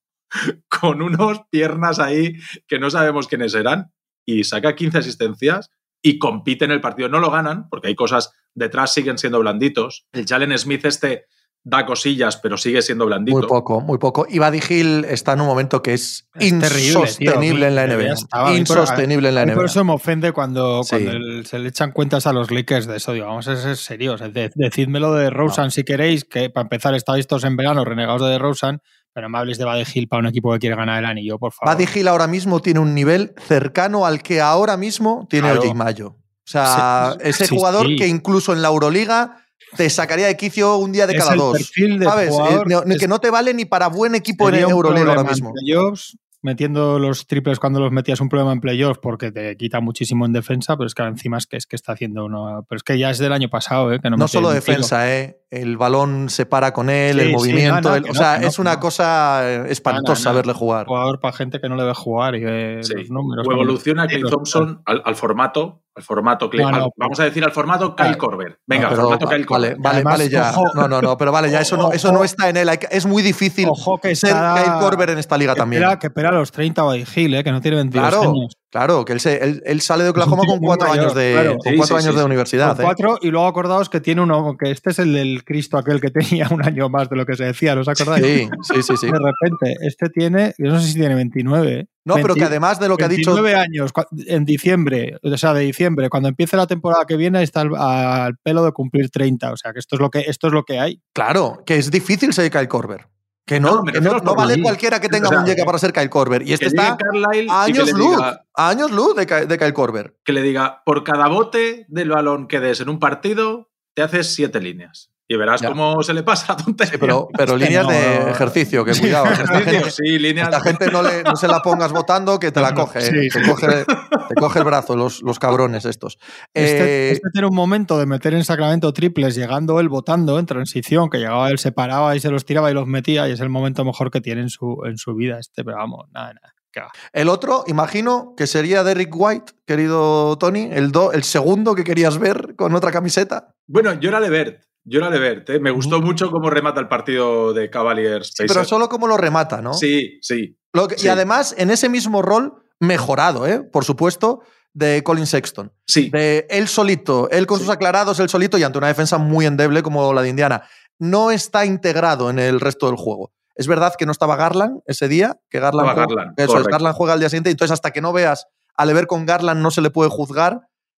Con unos piernas ahí que no sabemos quiénes eran y saca quince asistencias y compite en el partido. No lo ganan porque hay cosas detrás, siguen siendo blanditos. El Jalen Smith este da cosillas, pero sigue siendo blandito. Muy poco, muy poco. Y Buddy Hield está en un momento que es, Es insostenible terrible, tío. en la N B A. Ya estaba. Insostenible en la A mí N B A. por eso me ofende cuando, Sí. cuando el- se le echan cuentas a los Lakers de eso. Digo, vamos a ser serios. De- decídmelo de DeRozan No. si queréis, que para empezar estáis todos en verano renegados de DeRozan, pero no me habléis de Buddy Hield para un equipo que quiere ganar el anillo, por favor. Buddy Hield ahora mismo tiene un nivel cercano al que ahora mismo tiene Claro. el Mayo. O sea, Sí, ese sí, jugador sí. que incluso en la Euroliga te sacaría de quicio un día de Es cada el dos. perfil de ¿Sabes? jugador, Eh, no- es- que no te vale ni para buen equipo en Sería un Euroliga ahora problema en mismo. playoffs, metiendo los triples cuando los metías un problema en playoffs porque te quita muchísimo en defensa, pero es que encima es que, es que está haciendo uno. Pero es que ya es del año pasado, ¿eh? Que no, No mete solo un defensa, ¿eh? El balón se para con él, Sí, el sí, movimiento. no, no, el- que o no, sea, que no, es que una no. cosa eh, espantosa No, no, no. verle jugar. Jugador para gente que no le ve jugar y ve Sí. los números. O evoluciona Klay Los- Thompson al, al formato, al formato Klay- No, no, al- vamos a decir al formato Kyle Vale. Korver. Venga, Pero formato va- Kyle vale, Korver. vale, Además, vale ya. ojo- no, no, no, pero vale, ya eso no, eso ojo- no está en él. Hay que- Es muy difícil Ojo que ser estará- Kyle Korver en esta liga que también. Espera, que espera a los treinta Buddy Hield, ¿eh? Que no tiene veintidós Claro, años. claro, que él, se- él, él sale de Oklahoma tío con muy cuatro mayor, años de, claro. con Sí, cuatro sí, años sí, de sí. universidad. Con ¿eh? cuatro, y luego acordaos que tiene uno, que este es el del Cristo aquel que tenía un año más de lo que se decía, ¿os acordáis? Sí, sí, sí, sí. De repente, este tiene, yo no sé si tiene veintinueve. ¿eh? No, pero que veinte además de lo que ha dicho. veintinueve años, cua- en diciembre, o sea, de diciembre, cuando empiece la temporada que viene, está al, al pelo de cumplir treinta. O sea, que esto es lo que, esto es lo que hay. Claro, que es difícil ser Kyle Korver. Que no, No, me que refiero no, al no vale formato. cualquiera que tenga O sea, muñeca para ser Kyle Korver. Y este que llegue está Carlisle a y que años le luz. diga- A años luz de, Ky- de Kyle Korver. que le diga, por cada bote del balón que des en un partido, te haces siete líneas. Y verás Ya. cómo se le pasa la tontería. Sí, pero, pero Es que líneas no, de no. ejercicio, que cuidado. que Esta Ejercicio, gente, sí, líneas. esta gente no, le, no se la pongas votando, que te la No, no, coge. sí, eh. sí. Te, coge te coge el brazo, los, los cabrones estos. Este, Eh, este tiene un momento de meter en Sacramento triples, llegando él votando en transición, que llegaba él, se paraba y se los tiraba y los metía, y es el momento mejor que tiene en su, en su vida este, pero vamos, nada, nada. que va. El otro, imagino, que sería Derrick White, querido Tony, el, do, el segundo que querías ver con otra camiseta. Bueno, yo era Levert. Yo era Levert. ¿eh? Me gustó mucho cómo remata el partido de Cavaliers. Sí, pero solo como lo remata, ¿no? Sí, sí. Lo que- sí. Y además, en ese mismo rol, mejorado, ¿eh? Por supuesto, de Colin Sexton. Sí. De él solito, él con Sí. sus aclarados, él solito y ante una defensa muy endeble como la de Indiana. No está integrado en el resto del juego. Es verdad que no estaba Garland ese día, que Garland, Estaba juega, Garland, eso es, correcto. Garland juega al día siguiente, entonces hasta que no veas a Levert con Garland no se le puede juzgar,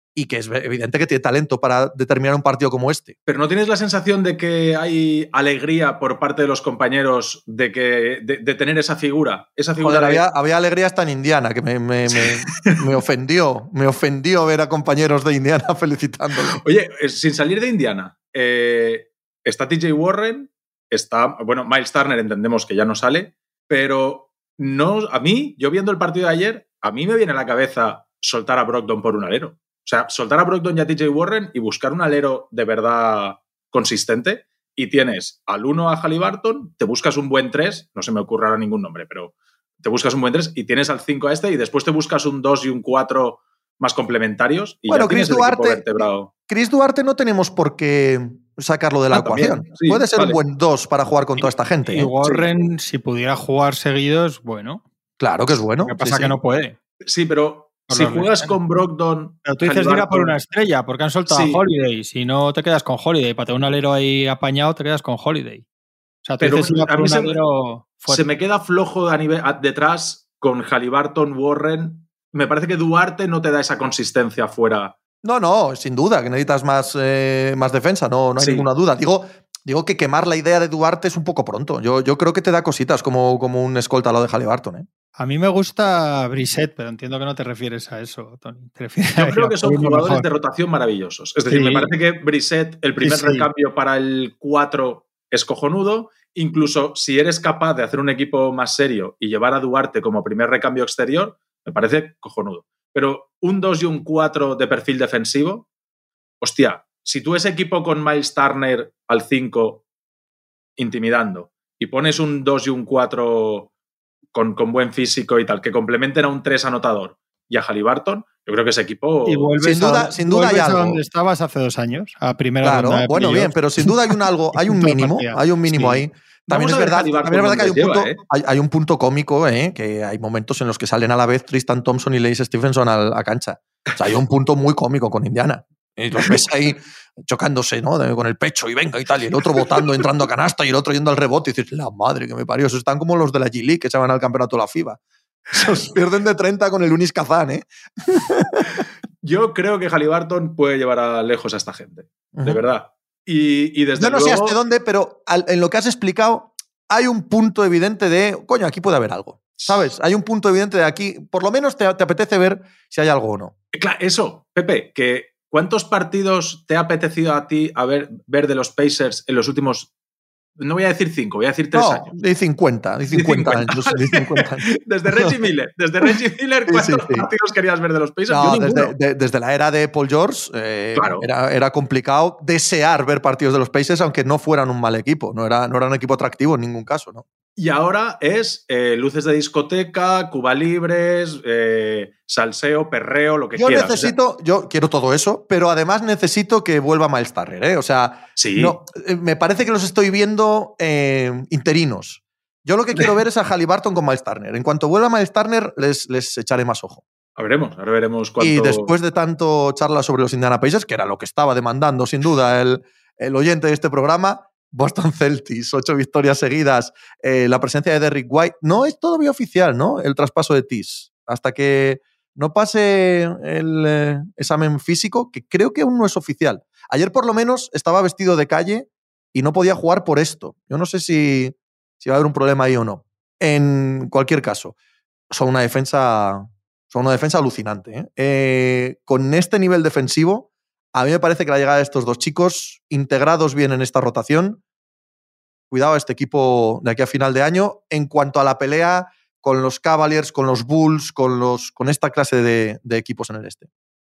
y que es evidente que tiene talento para determinar un partido como este. Pero ¿no tienes la sensación de que hay alegría por parte de los compañeros de, que, de, de tener esa figura? Esa figura Joder, de... había, había alegría hasta en Indiana, que me, me, me, me ofendió. Me ofendió ver a compañeros de Indiana felicitándolo. Oye, sin salir de Indiana, eh, está T J Warren, está... Bueno, Miles Turner entendemos que ya no sale, pero no, a mí, yo viendo el partido de ayer, a mí me viene a la cabeza soltar a Brogdon por un alero. O sea, soltar a Brogdon y a T J Warren y buscar un alero de verdad consistente, y tienes al uno a Haliburton, te buscas un buen tres, no se me ocurre ahora ningún nombre, pero te buscas un buen tres y tienes al cinco a este, y después te buscas un dos y un cuatro más complementarios y bueno, ya tienes Chris el equipo Duarte, vertebrado. Chris Duarte no tenemos por qué sacarlo de la Ah, ecuación. también, sí, Puede ser vale. un buen dos para jugar con toda esta gente. Y ¿eh? Warren, sí. Si pudiera jugar seguidos, bueno. Claro que es bueno. Lo que pasa sí, que sí. no puede. Sí, pero Por si los juegas lesiones. con Brogdon... Pero tú dices ir a por una estrella, porque han soltado Sí. a Holiday. Si no te quedas con Holiday, para tener un alero ahí apañado, te quedas con Holiday. O sea, tú Pero dices ir a a por mí un se, alero fuerte. se me queda flojo a nivel, a, detrás con Haliburton, Warren. Me parece que Duarte no te da esa consistencia fuera. No, no, sin duda, que necesitas más, eh, más defensa, no, no hay Sí. ninguna duda. Digo, digo que quemar la idea de Duarte es un poco pronto. Yo, yo creo que te da cositas como, como un escolta a lo de Haliburton. ¿eh? A mí me gusta Brissett, pero entiendo que no te refieres a eso, Tony. Te refieres Yo a creo que son uno jugadores mejor. de rotación maravillosos. Es decir, Sí. me parece que Brissett, el primer Sí, sí. recambio para el cuatro, es cojonudo. Incluso si eres capaz de hacer un equipo más serio y llevar a Duarte como primer recambio exterior, me parece cojonudo. Pero un dos y un cuatro de perfil defensivo, hostia, si tú ese equipo con Miles Turner al cinco intimidando y pones un dos y un cuatro con, con buen físico y tal, que complementen a un tres anotador y a Haliburton, yo creo que ese equipo... Y vuelves, Sin duda- a, sin duda hay vuelves a algo. donde estabas hace dos años, a primera ronda Claro, de bueno, playoffs. bien, pero sin duda hay un algo, hay un Punto de mínimo, partida. hay un mínimo Sí. ahí. También Vamos es, a ver verdad, Haliburton también es verdad que hay un, dónde punto, lleva, ¿eh? hay, hay un punto cómico, ¿eh? Que hay momentos en los que salen a la vez Tristan Thompson y Lace Stephenson a, a cancha. O sea, hay un punto muy cómico con Indiana. Y los ves ahí chocándose, ¿no? De- con el pecho y venga y tal, y el otro botando, entrando a canasta y el otro yendo al rebote y dices, la madre que me parió. Esos están como los de la G League que se van al campeonato de la FIBA. Se pierden de treinta con el Unis Kazan, ¿eh? Yo creo que Haliburton puede llevar a lejos a esta gente, de Ujú. verdad. Y, y desde Yo no luego, sé hasta dónde, pero al- en lo que has explicado hay un punto evidente de, coño, aquí puede haber algo, ¿sabes? Hay un punto evidente de aquí, por lo menos te, te apetece ver si hay algo o no. Claro, eso, Pepe, que ¿cuántos partidos te ha apetecido a ti a ver, ver de los Pacers en los últimos, no voy a decir cinco, voy a decir tres No, años? de cincuenta, de cincuenta años. De cincuenta años. Desde Reggie Miller, desde Reggie Miller, Sí, ¿cuántos sí, sí. partidos querías ver de los Pacers? Yo No, ninguno. desde, de- desde la era de Paul George eh, Claro. era, era complicado desear ver partidos de los Pacers, aunque no fueran un mal equipo. No era, no era un equipo atractivo en ningún caso, ¿no? Y ahora es eh, luces de discoteca, Cuba Libres, eh, salseo, perreo, lo que Yo quieras. necesito, yo quiero todo eso, pero además necesito que vuelva Miles Turner, ¿eh? O sea, Sí. no, eh, me parece que los estoy viendo eh, interinos. Yo lo que quiero ver es a Haliburton con Miles Turner. En cuanto vuelva Miles Turner, les, les echaré más ojo. Ahora veremos, ahora veremos cuánto... Y después de tanto charla sobre los Indiana Pacers, que era lo que estaba demandando sin duda el, el oyente de este programa, Boston Celtics, ocho victorias seguidas, eh, la presencia de Derrick White. No es todavía oficial, ¿no? El traspaso de Tiss. Hasta que no pase el eh, examen físico, que creo que aún no es oficial. Ayer por lo menos estaba vestido de calle y no podía jugar por esto. Yo no sé si, si va a haber un problema ahí o no. En cualquier caso, son una defensa, son una defensa alucinante. ¿eh? Eh, con este nivel defensivo, a mí me parece que la llegada de estos dos chicos, integrados bien en esta rotación, cuidado a este equipo de aquí a final de año, en cuanto a la pelea con los Cavaliers, con los Bulls, con, los, con esta clase de, de equipos en el este.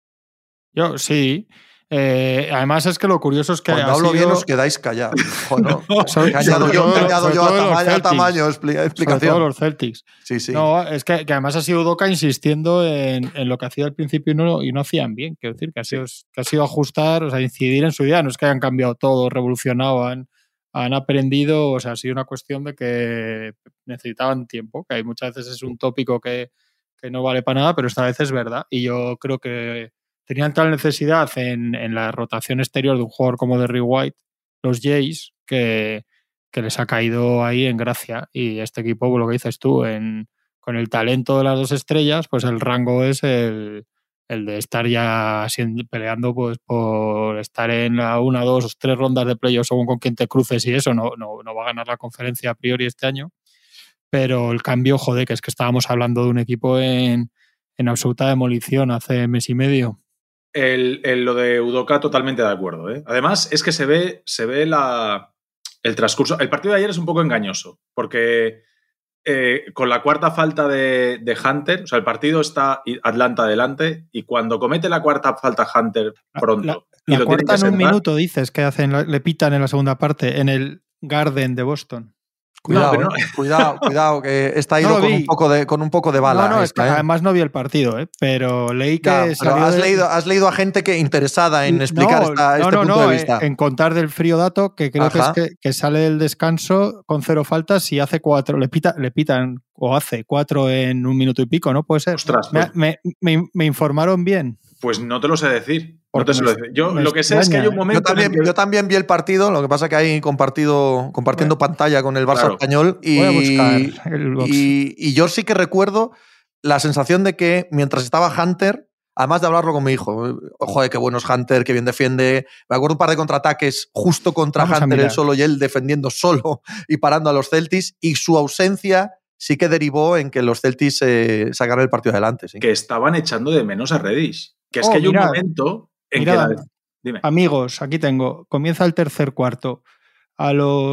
Yo sí. Eh, además es que lo curioso es que Cuando ha hablo sido... bien os quedáis callados. Joder, no. Sobre- Que añado sobre yo, todo- que añado sobre yo a, todo los tamaño, a Celtics. tamaño, expli- Sobre explicación. todo los Celtics. Sí, sí. No, es que, que además ha sido Udoka insistiendo en, en lo que hacía al principio y no, y no hacían bien. Quiero decir, que ha, sido, que ha sido ajustar, o sea, incidir en su idea. No es que hayan cambiado todo, revolucionado, han, han aprendido. O sea, ha sido una cuestión de que necesitaban tiempo, que hay muchas veces es un tópico que, que no vale para nada, pero esta vez es verdad. Y yo creo que tenían tal necesidad en, en la rotación exterior de un jugador como Derrick White, los Jays, que, que les ha caído ahí en gracia. Y este equipo, pues lo que dices tú, en, con el talento de las dos estrellas, pues el rango es el, el de estar ya siendo, peleando pues por estar en la una, dos o tres rondas de playoffs según con quien te cruces y eso, no, no, no va a ganar la conferencia a priori este año, pero el cambio, joder, que es que estábamos hablando de un equipo en, en absoluta demolición hace mes y medio. El, el, lo de Udoka totalmente de acuerdo, ¿eh? Además, es que se ve, se ve la, el transcurso. El partido de ayer es un poco engañoso, porque eh, con la cuarta falta de, de Hunter, o sea, el partido está Atlanta adelante y cuando comete la cuarta falta Hunter pronto... La, y la lo cuarta en sentar, un minuto, dices, que hacen, le pitan en la segunda parte, en el Garden de Boston. Cuidado, no, no. eh. cuidado, cuidado, que está ido no con, un poco de, con un poco de bala. No, no, esta, es que ¿eh? además no vi el partido, ¿eh? Pero leí que ya, salió pero has, de... leído, has leído a gente que interesada en explicar no, esta, no, este no, punto no, de vista. En contar del frío dato, que creo Ajá. que es que, que sale del descanso con cero faltas y hace cuatro, le, pita, le pitan o hace cuatro en un minuto y pico, ¿no? Puede ser. Ostras, pues, me, me, me, me informaron bien. Pues no te lo sé decir. No te me, yo lo que sé extraña. es que hay un momento. Yo también, en que... yo también vi el partido, lo que pasa que ahí compartido, compartiendo bueno, pantalla con el Barça claro. español. Y, Voy a buscar el box. Y, y yo sí que recuerdo la sensación de que mientras estaba Hunter, además de hablarlo con mi hijo, joder, qué bueno es Hunter, qué bien defiende. Me acuerdo un par de contraataques justo contra Vamos Hunter, él solo y él defendiendo solo y parando a los Celtics. Y su ausencia sí que derivó en que los Celtics eh, sacaran el partido adelante. ¿Sí? Que estaban echando de menos a Reddish. Que es oh, que hay mirad, un momento en mirad, que... La... Dime. Amigos, aquí tengo. Comienza el tercer cuarto. A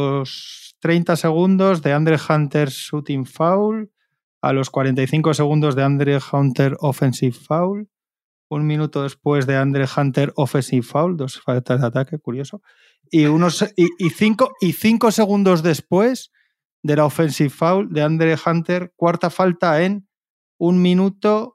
los treinta segundos de Andre Hunter shooting foul. A los cuarenta y cinco segundos de Andre Hunter offensive foul. Un minuto después de Andre Hunter offensive foul. Dos faltas de ataque, curioso. Y, unos, y, y, cinco, y cinco segundos después de la offensive foul de Andre Hunter, cuarta falta en un minuto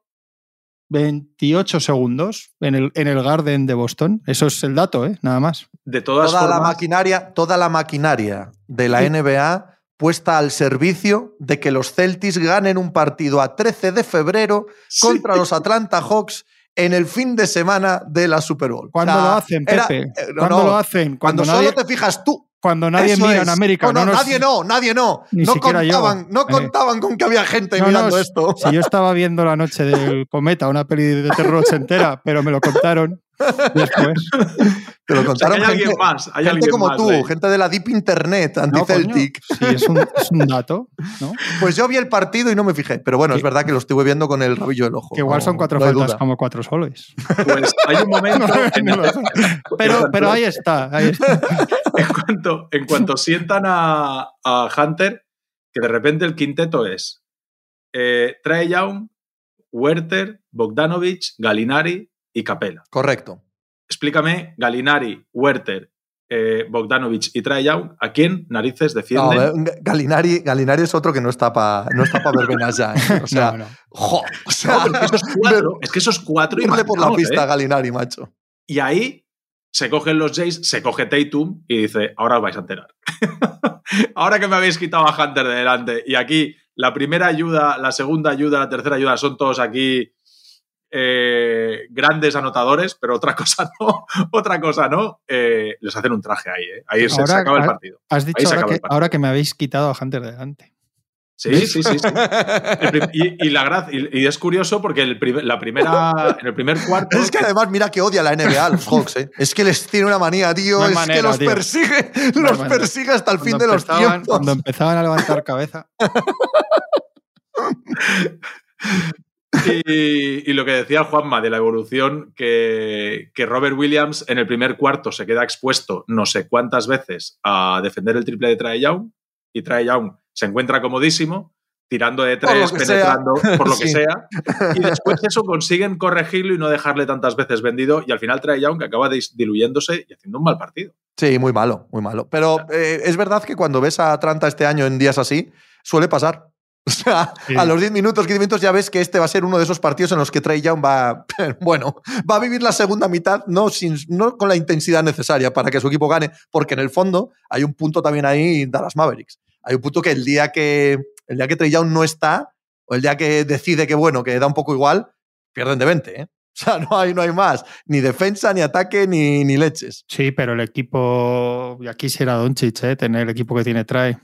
veintiocho segundos en el, en el Garden de Boston. Eso es el dato, ¿eh? Nada más. De todas toda formas... la maquinaria, toda la maquinaria de la sí. N B A puesta al servicio de que los Celtics ganen un partido a trece de febrero sí. contra los Atlanta Hawks en el fin de semana de la Super Bowl. ¿Cuándo o sea, lo hacen, Pepe? Era, ¿Cuándo no, lo hacen? Cuando, cuando nadie, solo te fijas tú. Cuando nadie Eso mira es. en América. No, no, no nos... nadie no, nadie no. Ni no siquiera contaban, yo. no Eh. contaban con que había gente no, mirando no, esto. Si yo estaba viendo La Noche del Cometa, una peli de terror ochentera, pero me lo contaron después. Te lo contaron o sea, hay gente, alguien más, hay gente alguien como más, tú, ¿eh? gente de la Deep Internet, anti-Celtic. No, sí, es un, es un dato, ¿no? Pues yo vi el partido y no me fijé, pero bueno, ¿Qué? Es verdad que lo estuve viendo con el rabillo del ojo. Que igual no, son cuatro no faltas duda. como cuatro soles. Pues hay un momento... en el... pero, pero ahí está, ahí está. En cuanto, en cuanto sientan a, a Hunter, que de repente el quinteto es eh, Trae Young, Huerter, Bogdanovich, Gallinari y Capela. Correcto. Explícame, Gallinari, Huerter, eh, Bogdanovich y Trae Young, ¿a quién narices defienden? No, Gallinari, Gallinari es otro que no está para no está pa verbenas ya. ¿eh? O sea, no, no. Jo, o sea no, es, que esos cuatro, es que esos cuatro... Irle por la pista ¿eh? a Gallinari, macho. Y ahí se cogen los Jays, se coge Tatum y dice, ahora os vais a enterar. Ahora que me habéis quitado a Hunter de delante y aquí la primera ayuda, la segunda ayuda, la tercera ayuda son todos aquí eh, grandes anotadores, pero otra cosa no, otra cosa no, eh, les hacen un traje ahí, ¿eh? Ahí se, ahora, se acaba el partido. Has dicho ahora que, partido. ahora que me habéis quitado a Hunter de delante. Sí, sí, sí, sí. El, y, y, la gra, y, y es curioso porque el, la primera, en el primer cuarto... Es que además mira que odia la N B A los Hawks, ¿eh? Es que les tiene una manía, tío. No es manera, que los tío. persigue, no los manera. persigue hasta el cuando fin de los tiempos. Cuando empezaban a levantar cabeza. y, y lo que decía Juanma de la evolución, que, que Robert Williams en el primer cuarto se queda expuesto no sé cuántas veces a defender el triple de Trae Young y Trae Young se encuentra comodísimo, tirando de tres, por penetrando, sea. por lo que sí. sea. Y después eso consiguen corregirlo y no dejarle tantas veces vendido. Y al final Trae Young que acaba diluyéndose y haciendo un mal partido. Sí, muy malo, muy malo. Pero eh, es verdad que cuando ves a Atlanta este año en días así, suele pasar. O sea, sí. a los diez minutos, quince minutos ya ves que este va a ser uno de esos partidos en los que Trae Young va, bueno, va a vivir la segunda mitad no, sin, no con la intensidad necesaria para que su equipo gane, porque en el fondo hay un punto también ahí en Dallas Mavericks. Hay un punto que el día que, el día que Trae Young no está, o el día que decide que, bueno, que da un poco igual, pierden de veinte, ¿eh? O sea, no hay, no hay más. Ni defensa, ni ataque, ni, ni leches. Sí, pero el equipo, y aquí será Doncic, ¿eh? Tener el equipo que tiene Trae.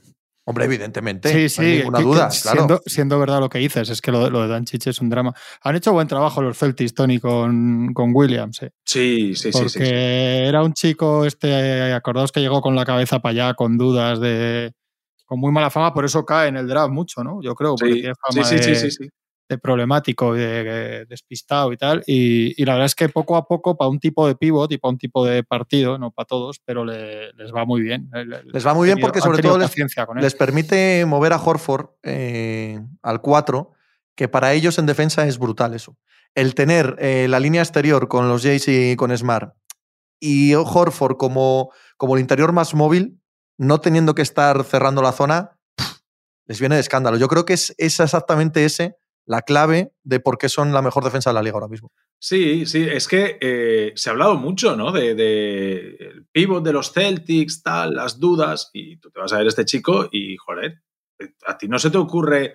Hombre, evidentemente. Sí, sí, no hay ninguna que, duda, que, claro. Siendo, siendo verdad lo que dices, es que lo, lo de Doncic es un drama. Han hecho buen trabajo los Celtics, Tony, con, con Williams. Eh. Sí, sí, Porque sí, sí, sí. era un chico, este, acordaos que llegó con la cabeza para allá, con dudas, de con muy mala fama, por eso cae en el draft mucho, ¿no? Yo creo, porque sí, tiene fama sí, sí, de, sí, sí, sí. de problemático, de, de despistado y tal. Y, y la verdad es que poco a poco, para un tipo de pivot y para un tipo de partido, no para todos, pero le, les va muy bien. Les va muy bien porque sobre todo les, con él. les permite mover a Horford eh, al cuatro, que para ellos en defensa es brutal eso. El tener eh, la línea exterior con los Jays y con Smart y Horford como, como el interior más móvil, no teniendo que estar cerrando la zona, pff, les viene de escándalo. Yo creo que es, es exactamente ese la clave de por qué son la mejor defensa de la liga ahora mismo. Sí, sí, es que eh, se ha hablado mucho, ¿no? De, de el pivot de los Celtics, tal, las dudas, y tú te vas a ver este chico y, joder, a ti no se te ocurre,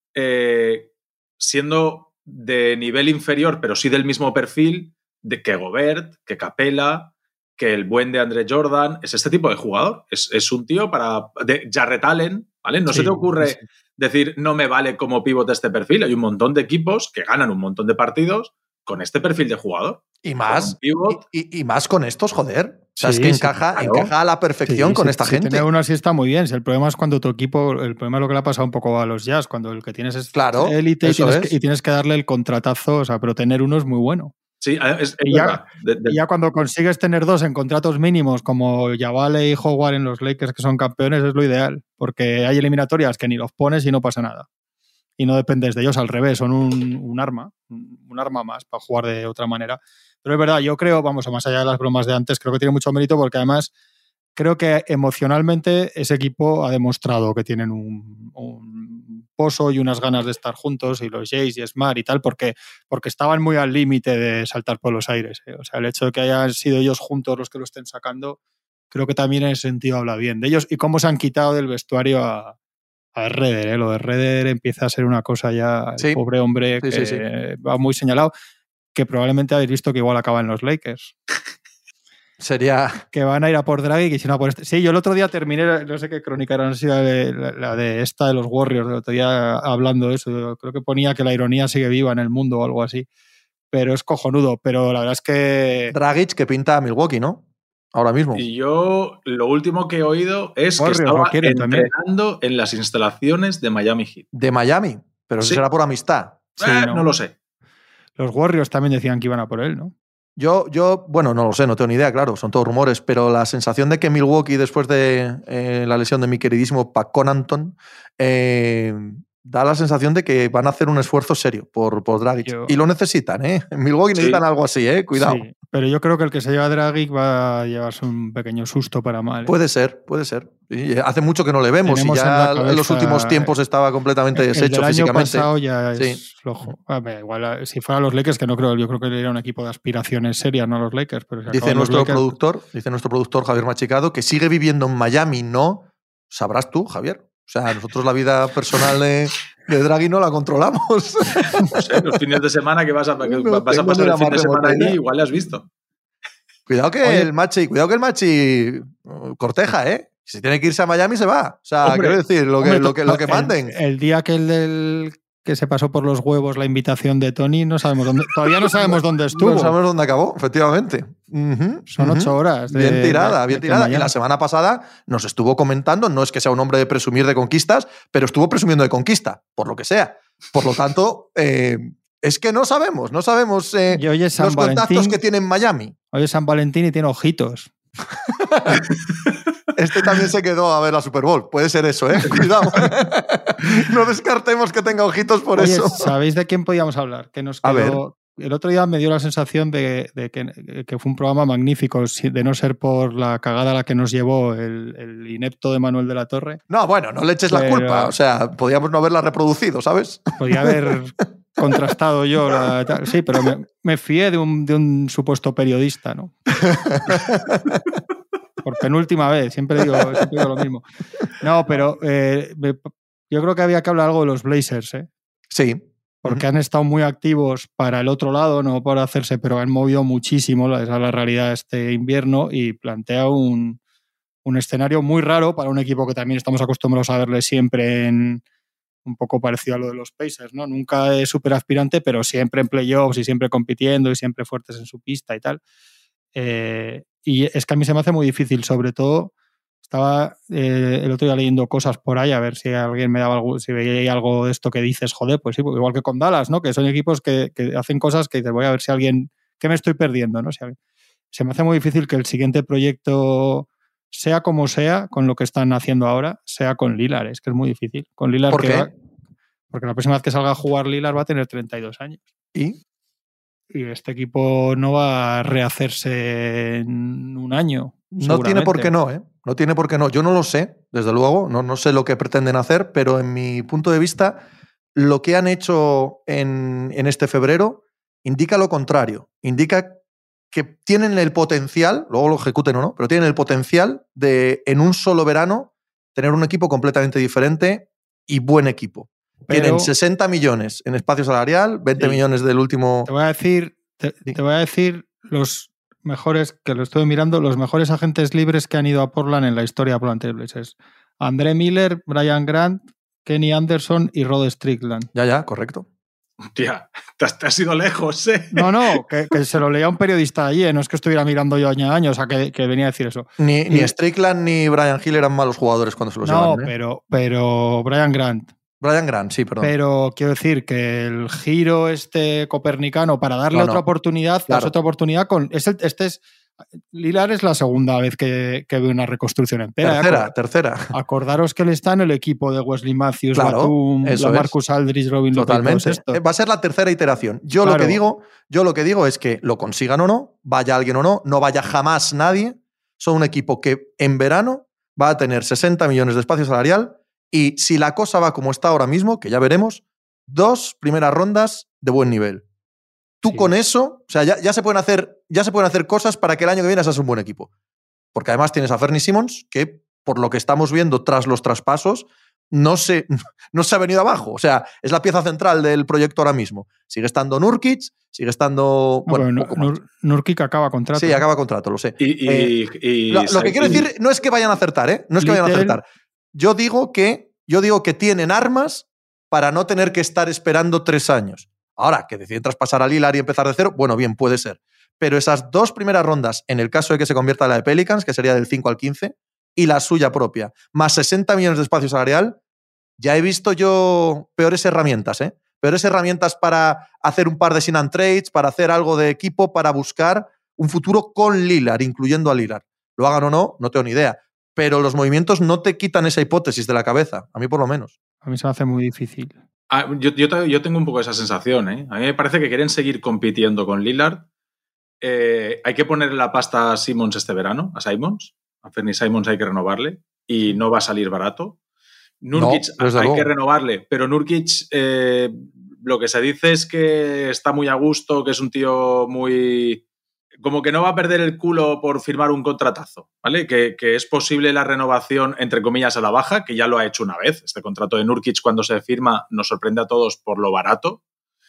eh, siendo de nivel inferior, pero sí del mismo perfil, de que Gobert, que Capela, que el buen de Andre Jordan, es este tipo de jugador. Es, es un tío para... de Jarrett Allen, ¿vale? No sí, se te ocurre sí. decir, no me vale como pivot de este perfil. Hay un montón de equipos que ganan un montón de partidos con este perfil de jugador. Y más, y, y, y más con estos, joder. O sea, sí, es que sí, encaja, claro. encaja a la perfección sí, con sí, esta sí, gente. Tener uno así está muy bien. Si el problema es cuando tu equipo, el problema es lo que le ha pasado un poco a los Jazz, cuando el que tienes es claro, élite y, tienes es. que, y tienes que darle el contratazo, o sea, pero tener uno es muy bueno. Sí, es, es y, verdad. Ya, de, de... y ya cuando consigues tener dos en contratos mínimos, como Yavale y Howard en los Lakers, que son campeones, es lo ideal. Porque hay eliminatorias que ni los pones y no pasa nada. Y no dependes de ellos, al revés, son un, un arma, un arma más para jugar de otra manera. Pero es verdad, yo creo, vamos, a más allá de las bromas de antes, creo que tiene mucho mérito porque además creo que emocionalmente ese equipo ha demostrado que tienen un, un pozo y unas ganas de estar juntos, y los Jays y Smart y tal, porque, porque estaban muy al límite de saltar por los aires. ¿eh? O sea, el hecho de que hayan sido ellos juntos los que lo estén sacando, creo que también en ese sentido habla bien de ellos y cómo se han quitado del vestuario a... A Redder, ¿eh? Lo de Redder empieza a ser una cosa ya, sí. el pobre hombre sí, que sí, sí. va muy señalado, que probablemente habéis visto que igual acaba en los Lakers. Sería... Que van a ir a por Dragic y si no a por este. Sí, yo el otro día terminé, no sé qué crónica era, no sé si la de, la, la de esta de los Warriors, el otro día hablando de eso, yo creo que ponía que la ironía sigue viva en el mundo o algo así, pero es cojonudo, pero la verdad es que... Dragic que pinta a Milwaukee, ¿no? Ahora mismo. Y yo lo último que he oído es Warriors, que estaba entrenando también en las instalaciones de Miami Heat. De Miami, pero eso sí. será por amistad. Sí, eh, no. no lo sé. Los Warriors también decían que iban a por él, ¿no? Yo, yo, bueno, no lo sé, no tengo ni idea, claro, son todos rumores, pero la sensación de que Milwaukee, después de eh, la lesión de mi queridísimo Pat Connaughton, eh, da la sensación de que van a hacer un esfuerzo serio por, por Dragic. Yo... Y lo necesitan, ¿eh? En Milwaukee sí. necesitan algo así, ¿eh? Cuidado. Sí, pero yo creo que el que se lleva a Dragic va a llevarse un pequeño susto para mal. ¿eh? Puede ser, puede ser. Y hace mucho que no le vemos Tenemos y ya en, en los últimos tiempos estaba completamente deshecho el del año físicamente. Pasado ya sí. es flojo. A ver, igual, si fuera los Lakers, que no creo, yo creo que era un equipo de aspiraciones serias, no los Lakers. Pero si dice nuestro Lakers... productor, dice nuestro productor Javier Machicado, que sigue viviendo en Miami, ¿no? Sabrás tú, Javier. O sea, nosotros la vida personal de, de Draghi no la controlamos. No sé, los fines de semana que vas a, que no vas a pasar el fin de semana allí, igual le has visto. Cuidado que Oye, el Machi, cuidado que el Machi corteja, ¿eh? Si tiene que irse a Miami se va. O sea, hombre, quiero decir, lo que, hombre, lo que, lo que manden. El, el día que el del que se pasó por los huevos la invitación de Tony, no sabemos dónde, todavía no sabemos dónde estuvo. No sabemos dónde acabó, efectivamente. Uh-huh, Son uh-huh. ocho horas. De, bien tirada, de, bien de tirada. Y la semana pasada nos estuvo comentando, no es que sea un hombre de presumir de conquistas, pero estuvo presumiendo de conquista, por lo que sea. Por lo tanto, eh, es que no sabemos, no sabemos eh, los Valentín, contactos que tiene en Miami. Hoy es San Valentín y tiene ojitos. Este también se quedó a ver la Super Bowl. Puede ser eso, ¿eh? Cuidado. No descartemos que tenga ojitos por Oye, eso. ¿sabéis de quién podíamos hablar? Que nos quedó... A ver. El otro día me dio la sensación de, de que, que fue un programa magnífico, de no ser por la cagada a la que nos llevó el, el inepto de Manuel de la Torre. No, bueno, no le eches Pero... la culpa. O sea, podíamos no haberla reproducido, ¿sabes? Podía haber contrastado yo. La, tal. Sí, pero me, me fié de un, de un supuesto periodista, ¿no? Por penúltima vez, siempre digo, siempre digo lo mismo. No, pero eh, yo creo que había que hablar algo de los Blazers, ¿eh? Sí. Porque uh-huh. han estado muy activos para el otro lado, no para hacerse, pero han movido muchísimo, esa es la realidad este invierno, y plantea un, un escenario muy raro para un equipo que también estamos acostumbrados a verle siempre en un poco parecido a lo de los Pacers, ¿no? Nunca es súper aspirante, pero siempre en playoffs y siempre compitiendo y siempre fuertes en su pista y tal. Eh, y es que a mí se me hace muy difícil, sobre todo estaba eh, el otro día leyendo cosas por ahí a ver si alguien me daba algo, si veía algo de esto que dices, joder, pues sí, igual que con Dallas, ¿no? Que son equipos que, que hacen cosas que dices, voy a ver si alguien, ¿qué me estoy perdiendo, no? Si alguien, se me hace muy difícil que el siguiente proyecto, sea como sea, con lo que están haciendo ahora, sea con Lillard. Es que es muy difícil. Con Lillard ¿Por que qué? va, porque la próxima vez que salga a jugar Lillard va a tener treinta y dos años. ¿Y? Y este equipo no va a rehacerse en un año. No tiene por qué no, ¿eh? No tiene por qué no. Yo no lo sé, desde luego, no, no sé lo que pretenden hacer, pero en mi punto de vista, lo que han hecho en, en este febrero indica lo contrario. Indica que tienen el potencial, luego lo ejecuten o no, pero tienen el potencial de en un solo verano tener un equipo completamente diferente y buen equipo. Pero, tienen sesenta millones en espacio salarial, veinte sí, millones del último... Te voy a decir, te, Sí. te voy a decir los mejores, que lo estoy mirando, los mejores agentes libres que han ido a Portland en la historia de Portland Trail Blazers. André Miller, Brian Grant, Kenny Anderson y Rod Strickland. Ya, ya, correcto. Tía, te has, te has ido lejos, ¿eh? No, no, que, que se lo leía un periodista allí, ¿eh? No es que estuviera mirando yo año a año, o sea, que, que venía a decir eso. Ni, Y- ni Strickland ni Brian Hill eran malos jugadores cuando se los No, llevaron, ¿eh? pero, pero Brian Grant. Brian Grant, sí, perdón. Pero quiero decir que el giro este copernicano para darle No, otra no. oportunidad, Claro. das otra oportunidad con. Es el, este es. Lillard es la segunda vez que, que ve una reconstrucción entera. tercera, Acor- tercera. Acordaros que él está en el equipo de Wesley Matthews, Claro, Batum, eso la es. Marcus Aldridge, Robin Lopez, Totalmente. todos estos. Eh, Va a ser la tercera iteración. Yo lo Claro. que digo, yo lo que digo es que lo consigan o no, vaya alguien o no, no vaya jamás nadie. Son un equipo que en verano va a tener sesenta millones de espacio salarial y si la cosa va como está ahora mismo, que ya veremos, dos primeras rondas de buen nivel. Tú Sí. con eso, o sea, ya, ya se pueden hacer, ya se pueden hacer cosas para que el año que viene seas un buen equipo. Porque además tienes a Fernie Simmons, que por lo que estamos viendo tras los traspasos, no se, no se ha venido abajo. O sea, es la pieza central del proyecto ahora mismo. Sigue estando Nurkic, sigue estando... No, bueno, pero poco más. Nur- Nurkic acaba contrato. Sí, acaba contrato, lo sé. Y, y, Eh, y- Lo, lo que quiero y- decir no es que vayan a acertar, ¿eh? No es que vayan a Little- acertar. Yo digo que, yo digo que tienen armas para no tener que estar esperando tres años. Ahora, que deciden traspasar a Lillard y empezar de cero, bueno, bien, puede ser. Pero esas dos primeras rondas, en el caso de que se convierta en la de Pelicans, que sería del cinco al quince, y la suya propia, más sesenta millones de espacio salarial, ya he visto yo peores herramientas, ¿eh? Peores herramientas para hacer un par de sin and trades, para hacer algo de equipo, para buscar un futuro con Lillard, incluyendo a Lillard. Lo hagan o no, no tengo ni idea. Pero los movimientos no te quitan esa hipótesis de la cabeza, a mí por lo menos. A mí se me hace muy difícil. Ah, yo, yo, te- yo tengo un poco esa sensación, ¿eh? A mí me parece que quieren seguir compitiendo con Lillard. Eh, hay que ponerle la pasta a Simmons este verano, a Simons. A Fernie Simons hay que renovarle y no va a salir barato. Nurkic No, desde hay luego. que renovarle, pero Nurkic eh, lo que se dice es que está muy a gusto, que es un tío muy... como que no va a perder el culo por firmar un contratazo, ¿vale? Que, que es posible la renovación, entre comillas, a la baja, que ya lo ha hecho una vez. Este contrato de Nurkic, cuando se firma, nos sorprende a todos por lo barato.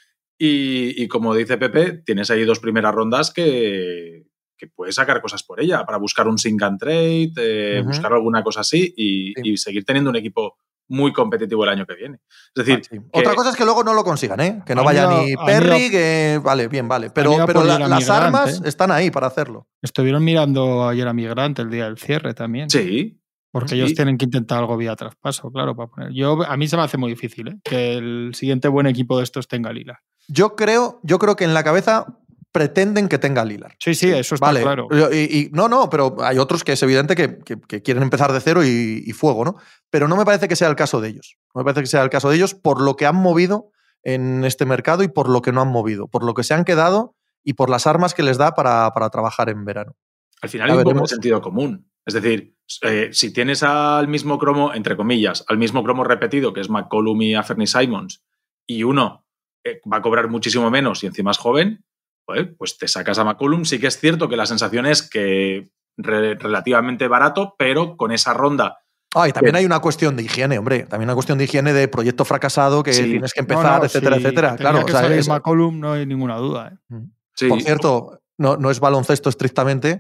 Y, y como dice Pepe, tienes ahí dos primeras rondas que, que puedes sacar cosas por ella, para buscar un sink and trade, eh, Ujú. buscar alguna cosa así y, Sí. y seguir teniendo un equipo muy competitivo el año que viene. Es decir, Ah, sí. que- Otra cosa es que luego no lo consigan, ¿eh? Que no Han vaya ido- ni han Perry, ido- que... Vale, bien, vale. han Pero, ido a pero por la- Jeremy las Grant, armas ¿eh? están ahí para hacerlo. Estuvieron mirando ayer a Migrante el día del cierre también. sí, Porque Sí. ellos tienen que intentar algo vía traspaso, claro, para poner. Yo, a mí se me hace muy difícil, ¿eh? Que el siguiente buen equipo de estos tenga Lillard. Yo creo, yo creo que en la cabeza pretenden que tenga Lillard. Sí, sí, eso está Vale. claro. Y, y- no, no, pero hay otros que es evidente que, que- que quieren empezar de cero y, y fuego, ¿no? Pero no me parece que sea el caso de ellos. No me parece que sea el caso de ellos por lo que han movido en este mercado y por lo que no han movido, por lo que se han quedado y por las armas que les da para, para trabajar en verano. al final Ya hay un poco de veremos. sentido común. Es decir, eh, si tienes al mismo cromo, entre comillas, al mismo cromo repetido, que es McCollum y a Fernie Simons, y uno eh, va a cobrar muchísimo menos y encima es joven, pues, pues te sacas a McCollum. Sí que es cierto que la sensación es que re- relativamente barato, pero con esa ronda. Ah, y también Bien. hay una cuestión de higiene, hombre. También una cuestión de higiene de proyecto fracasado que Sí. tienes que No, empezar, no, etcétera, sí, etcétera. que tenía Claro, que o sea, salir es- McCollum, no hay ninguna duda. ¿eh? Sí, Por cierto, no, no es baloncesto estrictamente,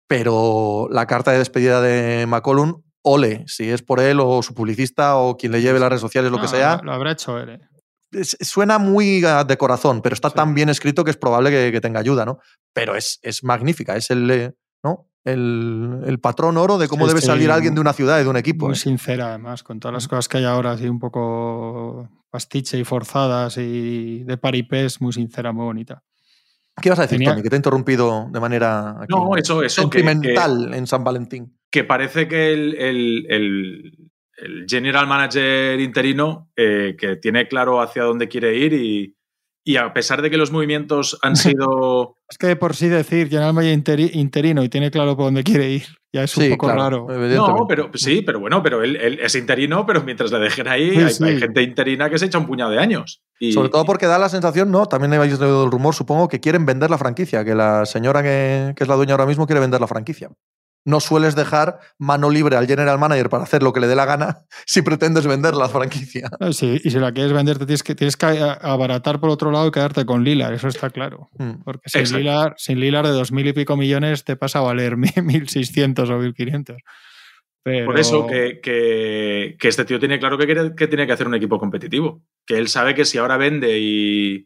pero la carta de despedida de McCollum, ole, si es por él o su publicista o quien le lleve las redes sociales, lo no, que sea. Lo habrá hecho él. ¿eh? Suena muy de corazón, pero está sí. tan bien escrito que es probable que, que tenga ayuda, ¿no? Pero es, es magnífica, es el, ¿no? el, el patrón oro de cómo sí, debe sí, salir alguien de una ciudad y de un equipo. Muy ¿eh? sincera, además, con todas las cosas que hay ahora, así un poco pastiche y forzadas y de paripés, muy sincera, muy bonita. ¿Qué ibas a decir, Tenía... Tony? Que te he interrumpido de manera aquí no, eso, eso, sentimental que, que, en San Valentín. Que parece que el, el, el, el general manager interino eh, que tiene claro hacia dónde quiere ir y, y a pesar de que los movimientos han sido... Es que por sí decir general manager interi, interino y tiene claro por dónde quiere ir, ya es sí, un poco claro, raro. No, pero sí, pero bueno, pero él, él es interino, pero mientras le dejen ahí, sí, hay, sí. hay gente interina que se echa un puñado de años. Y, Sobre todo porque da la sensación, ¿no? También habéis oído el rumor, supongo, que quieren vender la franquicia, que la señora que, que es la dueña ahora mismo quiere vender la franquicia. No sueles dejar mano libre al general manager para hacer lo que le dé la gana si pretendes vender la franquicia. Sí, y si la quieres vender te tienes que, tienes que abaratar por otro lado y quedarte con Lillard, eso está claro. Mm. Porque sin Lillard, sin Lillard de dos mil y pico millones te pasa a valer mil seiscientos o mil quinientos. Pero... Por eso que, que, que este tío tiene claro que, quiere, que tiene que hacer un equipo competitivo. Que él sabe que si ahora vende y...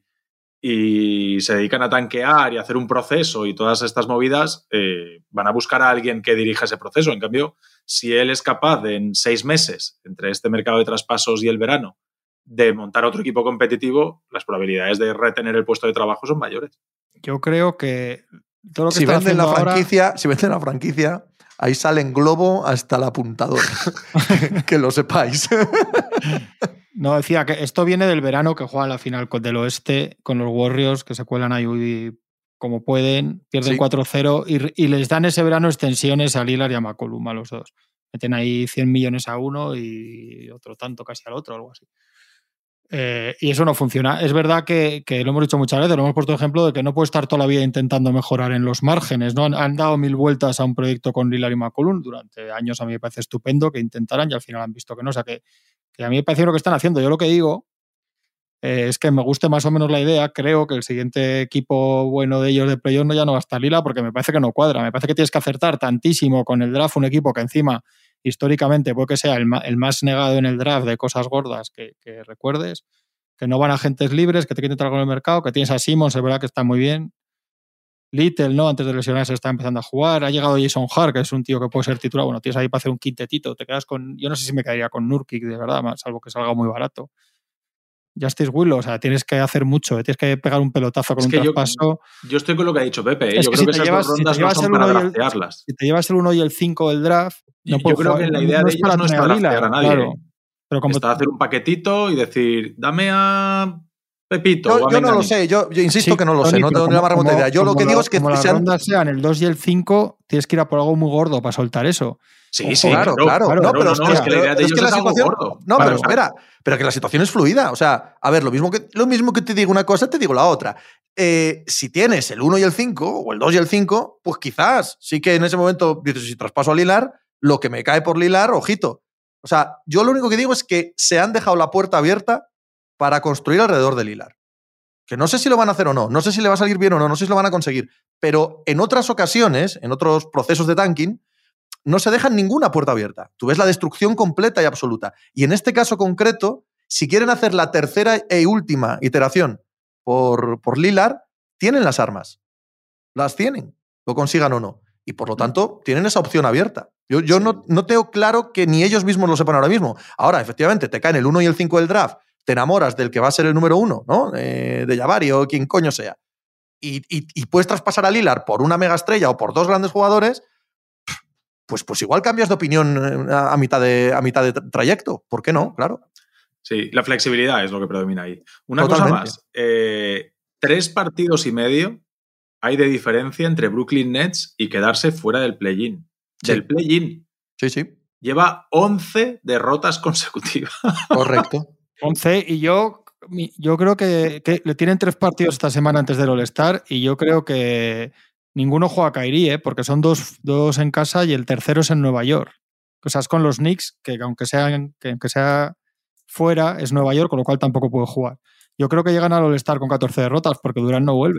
y se dedican a tanquear y a hacer un proceso y todas estas movidas, eh, van a buscar a alguien que dirija ese proceso. En cambio, si él es capaz de, en seis meses, entre este mercado de traspasos y el verano, de montar otro equipo competitivo, las probabilidades de retener el puesto de trabajo son mayores. Yo creo que todo lo que si venden la franquicia, ahora... si venden la franquicia, ahí sale en globo hasta el apuntador. Que lo sepáis. No, decía que esto viene del verano que juegan la final del oeste con los Warriors, que se cuelan ahí como pueden, pierden sí. cuatro cero y, y les dan ese verano extensiones a Lillard y a McCollum, a los dos. Meten ahí cien millones a uno y otro tanto casi al otro, algo así. Eh, y eso no funciona. Es verdad que, que lo hemos dicho muchas veces, lo hemos puesto ejemplo de que no puede estar toda la vida intentando mejorar en los márgenes, ¿no? Han, han dado mil vueltas a un proyecto con Lillard y McCollum durante años, a mí me parece estupendo que intentaran y al final han visto que no. O sea, que, que a mí me parece lo que están haciendo. Yo lo que digo eh, es que me guste más o menos la idea. Creo que el siguiente equipo bueno de ellos de playoff no ya no va a estar Lillard porque me parece que no cuadra. Me parece que tienes que acertar tantísimo con el draft un equipo que encima históricamente puede que sea el, el más negado en el draft de cosas gordas que, que recuerdes, que no van agentes libres, que te quieren entrar con el mercado, que tienes a Simmons, es verdad que está muy bien. Little, ¿no? Antes de lesionarse está empezando a jugar. Ha llegado Jason Hart, que es un tío que puede ser titular. Bueno, tienes ahí para hacer un quintetito. Te quedas con... Yo no sé si me caería con Nurkic, de verdad, salvo que salga muy barato. Justice Willow, o sea, tienes que hacer mucho. Tienes que pegar un pelotazo con es que un traspaso. Yo, yo estoy con lo que ha dicho Pepe. ¿eh? Yo creo si que esas llevas, dos rondas si no son para draftearlas. Si te llevas el uno y el cinco del draft... No yo creo jugar, que la idea no de ellos no es para draftear a nadie. Claro. Pero como está hacer un paquetito y decir, dame a Pepito. Yo, o a yo no lo sé, yo, yo insisto sí, que no lo Tony, sé, no tengo ni la más remota idea. Yo lo que la, digo es que... Como las sean... rondas sean el dos y el cinco, tienes que ir a por algo muy gordo para soltar eso. Sí, Ojo, sí, claro, claro. claro no, pero, no, no, es que la idea de ellos es, que es algo situación, gordo. No, Vale, pero espera, pero que la situación es fluida. O sea, a ver, lo mismo que, lo mismo que te digo una cosa, te digo la otra. Eh, si tienes el uno y el cinco, o el dos y el cinco, pues quizás sí que en ese momento dices, si traspaso a Lillard, lo que me cae por Lillard, ojito. O sea, yo lo único que digo es que se han dejado la puerta abierta para construir alrededor de Lillard. Que no sé si lo van a hacer o no, no sé si le va a salir bien o no, no sé si lo van a conseguir, pero en otras ocasiones, en otros procesos de tanking, no se dejan ninguna puerta abierta. Tú ves la destrucción completa y absoluta. Y en este caso concreto, si quieren hacer la tercera e última iteración por, por Lillard, tienen las armas. Las tienen, lo consigan o no. Y por lo tanto, tienen esa opción abierta. Yo, yo sí. no, no tengo claro que ni ellos mismos lo sepan ahora mismo. Ahora, efectivamente, te caen el uno y el cinco del draft, te enamoras del que va a ser el número uno, ¿no? Eh, de Jabari o quien coño sea. Y, y, y puedes traspasar a Lillard por una mega estrella o por dos grandes jugadores, pues, pues igual cambias de opinión a, a, mitad de, a mitad de trayecto. ¿Por qué no? Claro. Sí, la flexibilidad es lo que predomina ahí. Una Totalmente. cosa más. Eh, tres partidos y medio hay de diferencia entre Brooklyn Nets y quedarse fuera del play-in. Sí. Del play-in. Sí, sí. Lleva once derrotas consecutivas. Correcto. once y yo, yo creo que, que le tienen tres partidos esta semana antes del All-Star y yo creo que ninguno juega a Kyrie, ¿eh? Porque son dos, dos en casa y el tercero es en Nueva York. O sea, es con los Knicks, que aunque sea, que aunque sea fuera, es Nueva York, con lo cual tampoco puede jugar. Yo creo que llegan al All-Star con catorce derrotas porque Durant no vuelve.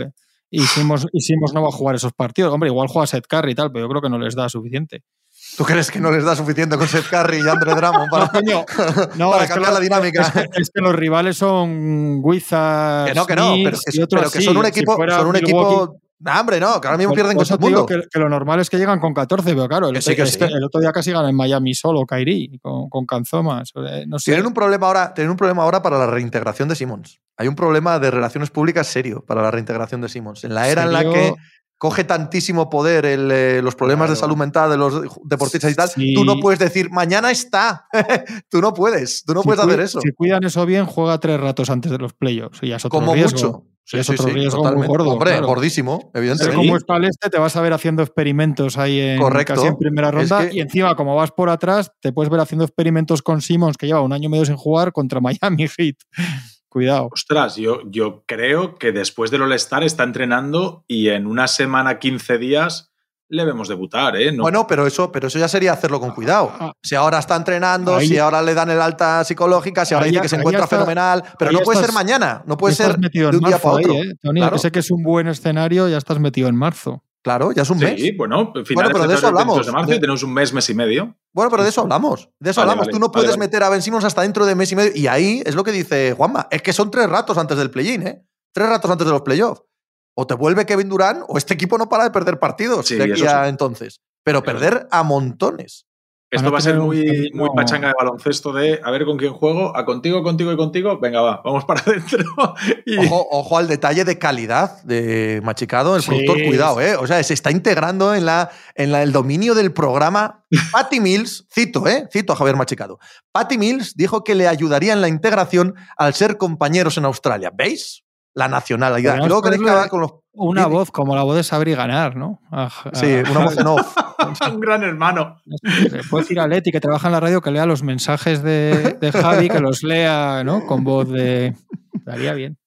y Simmons, y Simmons no va a jugar esos partidos. Hombre, igual juega Seth Curry y tal, pero yo creo que no les da suficiente. ¿Tú crees que no les da suficiente con Seth Curry y Andre Drummond para, no, coño, no, para es cambiar que la dinámica? Es que, es que los rivales son Wizards, Que no, que no, pero que, y otros pero que así. son un equipo, Si son un equipo. Nah, hombre, no, que ahora mismo pierden con todo el mundo. Que, que lo normal es que llegan con catorce, pero claro, el, que sí, que es sí. que el otro día casi ganan en Miami solo, Kyrie, con, con Canzomas. No sé. Tienen un problema ahora, tienen un problema ahora para la reintegración de Simmons. Hay un problema de relaciones públicas serio para la reintegración de Simmons. En la era en la que coge tantísimo poder el, eh, los problemas claro. de salud mental de los deportistas y tal, sí. Tú no puedes decir, mañana está. Tú no puedes, tú no si puedes cuid, hacer eso. Si cuidan eso bien, juega tres ratos antes de los playoffs. Y ya es otro Como riesgo. mucho. Sí, es sí, otro sí, riesgo totalmente. muy gordo. Hombre, claro. gordísimo, evidentemente. Como está el este, te vas a ver haciendo experimentos ahí en, Correcto. casi en primera ronda. Es que... Y encima, como vas por atrás, te puedes ver haciendo experimentos con Simmons, que lleva un año y medio sin jugar, contra Miami Heat. Cuidado. Ostras, yo, yo creo que después del All-Star está entrenando y en una semana, quince días, le vemos debutar, ¿eh? No. Bueno, pero eso, pero eso ya sería hacerlo con cuidado. Si ahora está entrenando, ahí, si ahora le dan el alta psicológica, si ahora ahí, dice que se encuentra está, fenomenal, pero no puede estás, ser mañana, no puede ser de un día para otro. Ahí, ¿eh? Tony, claro. Sé que es un buen escenario, ya estás metido en marzo. Claro, ya es un sí, mes. Sí, bueno, finales bueno, pero de, de eso hablamos. De marzo de... y tenemos un mes, mes y medio. Bueno, pero de eso hablamos. De eso vale, hablamos. Vale, Tú no puedes vale, meter a Ben Simmons hasta dentro de mes y medio. Y ahí es lo que dice Juanma. Es que son tres ratos antes del play-in, ¿eh? Tres ratos antes de los playoffs. O te vuelve Kevin Durant o este equipo no para de perder partidos sí, de aquí a sí. entonces. Pero perder a montones. Esto va a ser muy, muy pachanga de baloncesto de a ver con quién juego, a contigo, contigo y contigo. Venga, va, vamos para adentro. Y... Ojo, ojo al detalle de calidad de Machicado, el sí, productor, cuidado, ¿eh? O sea, se está integrando en, la, en la, el dominio del programa. Patty Mills, cito, ¿eh? Cito a Javier Machicado. Patty Mills dijo que le ayudaría en la integración al ser compañeros en Australia. ¿Veis? La nacionalidad. Y luego queréis acabar con los... Una voz como la voz de Saber y Ganar, ¿no? A, a, sí, una voz en off. Un gran hermano. Puedo decir a Leti, que trabaja en la radio, que lea los mensajes de, de Javi, que los lea, ¿no? Con voz de... Estaría bien.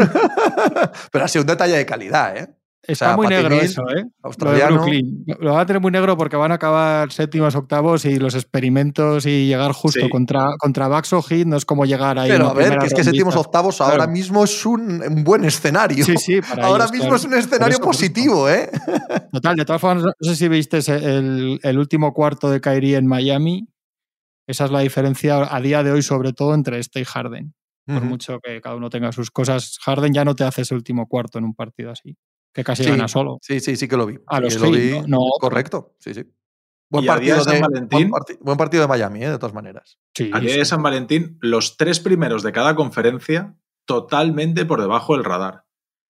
Pero ha sido un detalle de calidad, ¿eh? Está o sea, muy negro Mills, eso, ¿eh? Australiano. Lo de Brooklyn. Lo van a tener muy negro porque van a acabar séptimos, octavos y los experimentos y llegar justo sí. contra, contra Bucks o Heat no es como llegar ahí. Pero a ver, que es que séptimos, octavos claro. ahora mismo es un, un buen escenario. Sí, sí, para ahora ellos, mismo claro. es un escenario eso, positivo, ¿eh? Total, de todas formas, no sé si viste el, el último cuarto de Kyrie en Miami. Esa es la diferencia a día de hoy, sobre todo, entre este y Harden. Por uh-huh. mucho que cada uno tenga sus cosas, Harden ya no te hace ese último cuarto en un partido así. Que casi sí, gana solo. Sí, sí, sí que lo vi. A los sí, lo vi. No, correcto, sí, sí. Buen y partido, a día de, de San Valentín, buen, parti buen partido de Miami, ¿eh? De todas maneras. Sí, a día sí. de San Valentín, los tres primeros de cada conferencia totalmente por debajo del radar.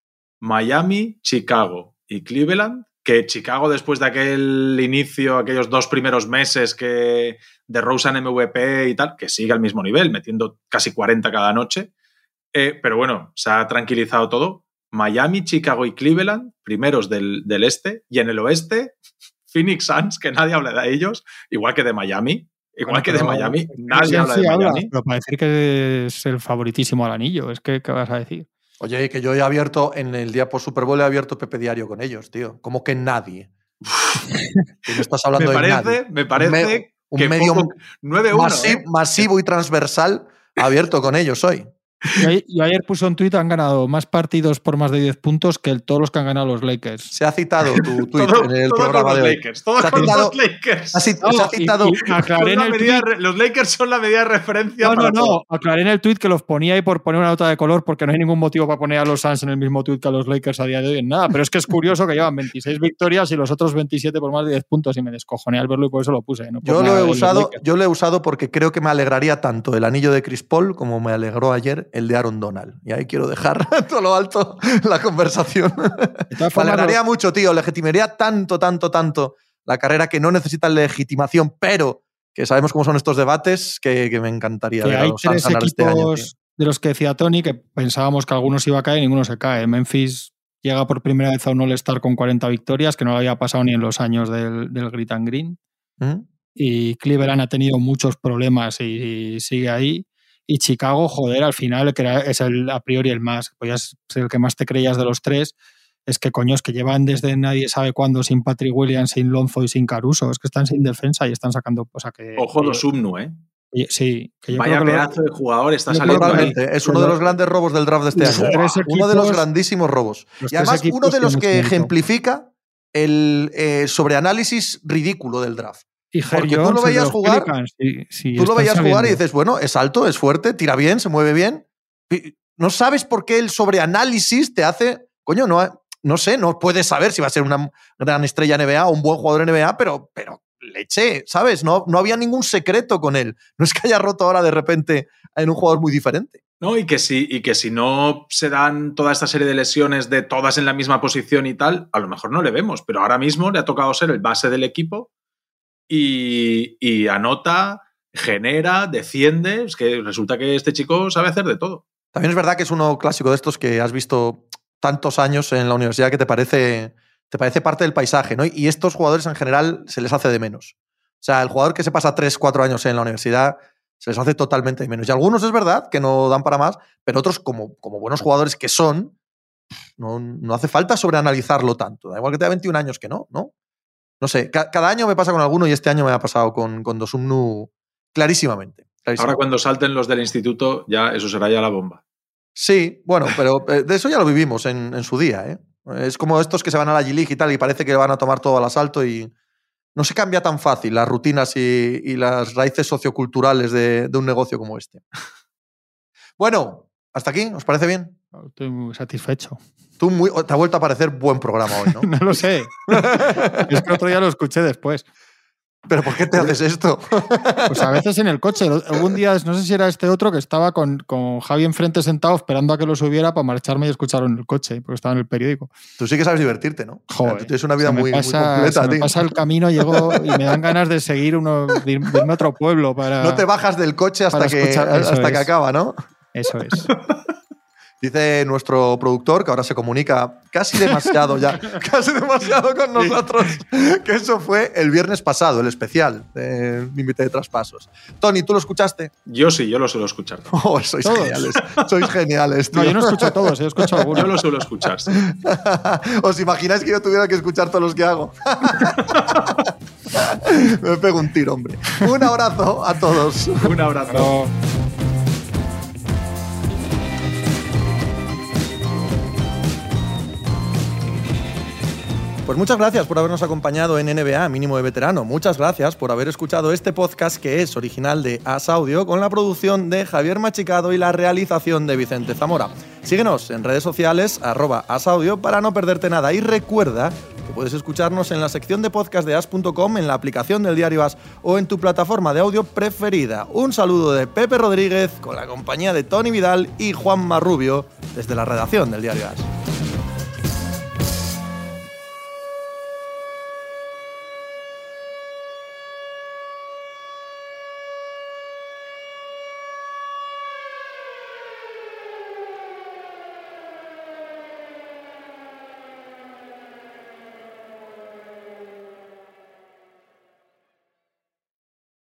Miami, Chicago y Cleveland, que Chicago después de aquel inicio, aquellos dos primeros meses que DeRozan M V P y tal, que sigue al mismo nivel, metiendo casi cuarenta cada noche. Eh, pero bueno, se ha tranquilizado todo. Miami, Chicago y Cleveland, primeros del, del este, y en el oeste, Phoenix Suns, que nadie habla de ellos, igual que de Miami, igual bueno, que de Miami, nadie sí, habla sí de habla, Miami. Pero para decir que es el favoritísimo al anillo, es que, ¿qué vas a decir? Oye, que yo he abierto, en el día post Super Bowl he abierto Pepe Diario con ellos, tío. Como que nadie. Que no estás hablando me parece, de nadie. Me parece me, un que medio nueve uno, masivo, ¿eh? masivo y transversal abierto con ellos hoy. Yo, yo ayer puse un tuit, han ganado más partidos por más de diez puntos que el, todos los que han ganado los Lakers. Se ha citado tu tuit todo, en el todo programa con los de Lakers, todo con citado, los Lakers. Ha, no, se ha citado. Y, y aclaré en el medida, tweet, los Lakers son la medida de referencia. No, para no, no. todo. Aclaré en el tuit que los ponía ahí por poner una nota de color porque no hay ningún motivo para poner a los Suns en el mismo tuit que a los Lakers a día de hoy en nada. Pero es que es curioso que llevan veintiséis victorias y los otros veintisiete por más de diez puntos y me descojoné al verlo y por eso lo puse. No yo, lo he usado, yo lo he usado porque creo que me alegraría tanto el anillo de Chris Paul como me alegró ayer el de Aaron Donald. Y ahí quiero dejar todo lo alto la conversación. Me alegraría mucho, tío. Legitimaría tanto, tanto, tanto la carrera que no necesita legitimación, pero que sabemos cómo son estos debates, que, que me encantaría que ver hay a los Suns tres ganar este año. Tío. De los que decía Tony, que pensábamos que algunos iba a caer y ninguno se cae. Memphis llega por primera vez a un All-Star con cuarenta victorias, que no lo había pasado ni en los años del, del Grit and Green. ¿Mm? Y Cleveland ha tenido muchos problemas y, y sigue ahí. Y Chicago, joder, al final que era, es el, a priori el más, podías ser el que más te creías de los tres, es que coño, es que llevan desde nadie sabe cuándo sin Patrick Williams, sin Lonzo y sin Caruso, es que están sin defensa y están sacando, o sea que... Ojo los Sumnu, ¿eh? Sí, que yo Vaya creo que pedazo lo, de jugador está yo saliendo. Totalmente. Es uno de los grandes robos del draft de este los año. tres Uno de los equipos- grandísimos robos. los Y además, tres uno de equipos los que que hemos tenido. ejemplifica el eh, sobreanálisis ridículo del draft. Y Herb porque tú Jones, lo el de veías los jugar, Pelicans, sí, sí, Tú lo están veías jugar y sabiendo. dices, bueno, es alto, es fuerte, tira bien, se mueve bien. Y no sabes por qué el sobreanálisis te hace. Coño, no, no sé, no puedes saber si va a ser una gran estrella N B A o un buen jugador N B A, pero, pero leche, ¿sabes? No, no había ningún secreto con él. No es que haya roto ahora de repente en un jugador muy diferente. No, y que, si, y que si no se dan toda esta serie de lesiones de todas en la misma posición y tal, a lo mejor no le vemos, pero ahora mismo le ha tocado ser el base del equipo y, y anota, genera, defiende. Es que resulta que este chico sabe hacer de todo. También es verdad que es uno clásico de estos que has visto tantos años en la universidad que te parece, te parece parte del paisaje, ¿no? Y estos jugadores en general se les hace de menos. O sea, el jugador que se pasa tres, cuatro años en la universidad se les hace totalmente de menos. Y algunos es verdad que no dan para más, pero otros, como, como buenos jugadores que son, no, no hace falta sobreanalizarlo tanto. Da igual que tenga veintiún años que no, ¿no? No sé, ca cada año me pasa con alguno y este año me ha pasado con, con Dosumnu clarísimamente, clarísimamente. Ahora cuando salten los del instituto, ya eso será ya la bomba. Sí, bueno, pero eh, de eso ya lo vivimos en, en su día, ¿eh? Es como estos que se van a la G-League y tal y parece que van a tomar todo al asalto y no se cambia tan fácil las rutinas y, y las raíces socioculturales de, de un negocio como este. Bueno, hasta aquí, ¿os parece bien? Estoy muy satisfecho. Tú muy, te ha vuelto a parecer buen programa hoy, ¿no? No lo sé. Es que otro día lo escuché después. ¿Pero por qué te haces esto? Pues a veces en el coche. Algún día, no sé si era este otro, que estaba con, con Javi enfrente sentado esperando a que lo subiera para marcharme y escucharlo en el coche, porque estaba en el periódico. Tú sí que sabes divertirte, ¿no? Joder. O sea, tú tienes una vida muy, pasa, muy completa, se me tío. pasa el camino, llego y me dan ganas de seguir uno, de irme a otro pueblo para... No te bajas del coche hasta, que, escuchar, hasta que es. acaba, ¿no? Eso es. Dice nuestro productor, que ahora se comunica casi demasiado ya, casi demasiado con nosotros, que eso fue el viernes pasado, el especial de Límite de Traspasos. Tony, ¿tú lo escuchaste? Yo sí, yo lo suelo escuchar. Oh, sois ¿Todos? geniales, sois geniales, tío. No, yo no escucho todos, yo escucho algunos. Yo lo suelo escuchar, sí. ¿Os imagináis que yo tuviera que escuchar todos los que hago? Me pego un tiro, hombre. Un abrazo a todos. Un abrazo. Pero... Pues muchas gracias por habernos acompañado en N B A Mínimo de Veterano. Muchas gracias por haber escuchado este podcast que es original de As Audio con la producción de Javier Machicado y la realización de Vicente Zamora. Síguenos en redes sociales, arroba As Audio, para no perderte nada. Y recuerda que puedes escucharnos en la sección de podcast de as punto com, en la aplicación del diario As o en tu plataforma de audio preferida. Un saludo de Pepe Rodríguez con la compañía de Tony Vidal y Juan Marrubio desde la redacción del diario As.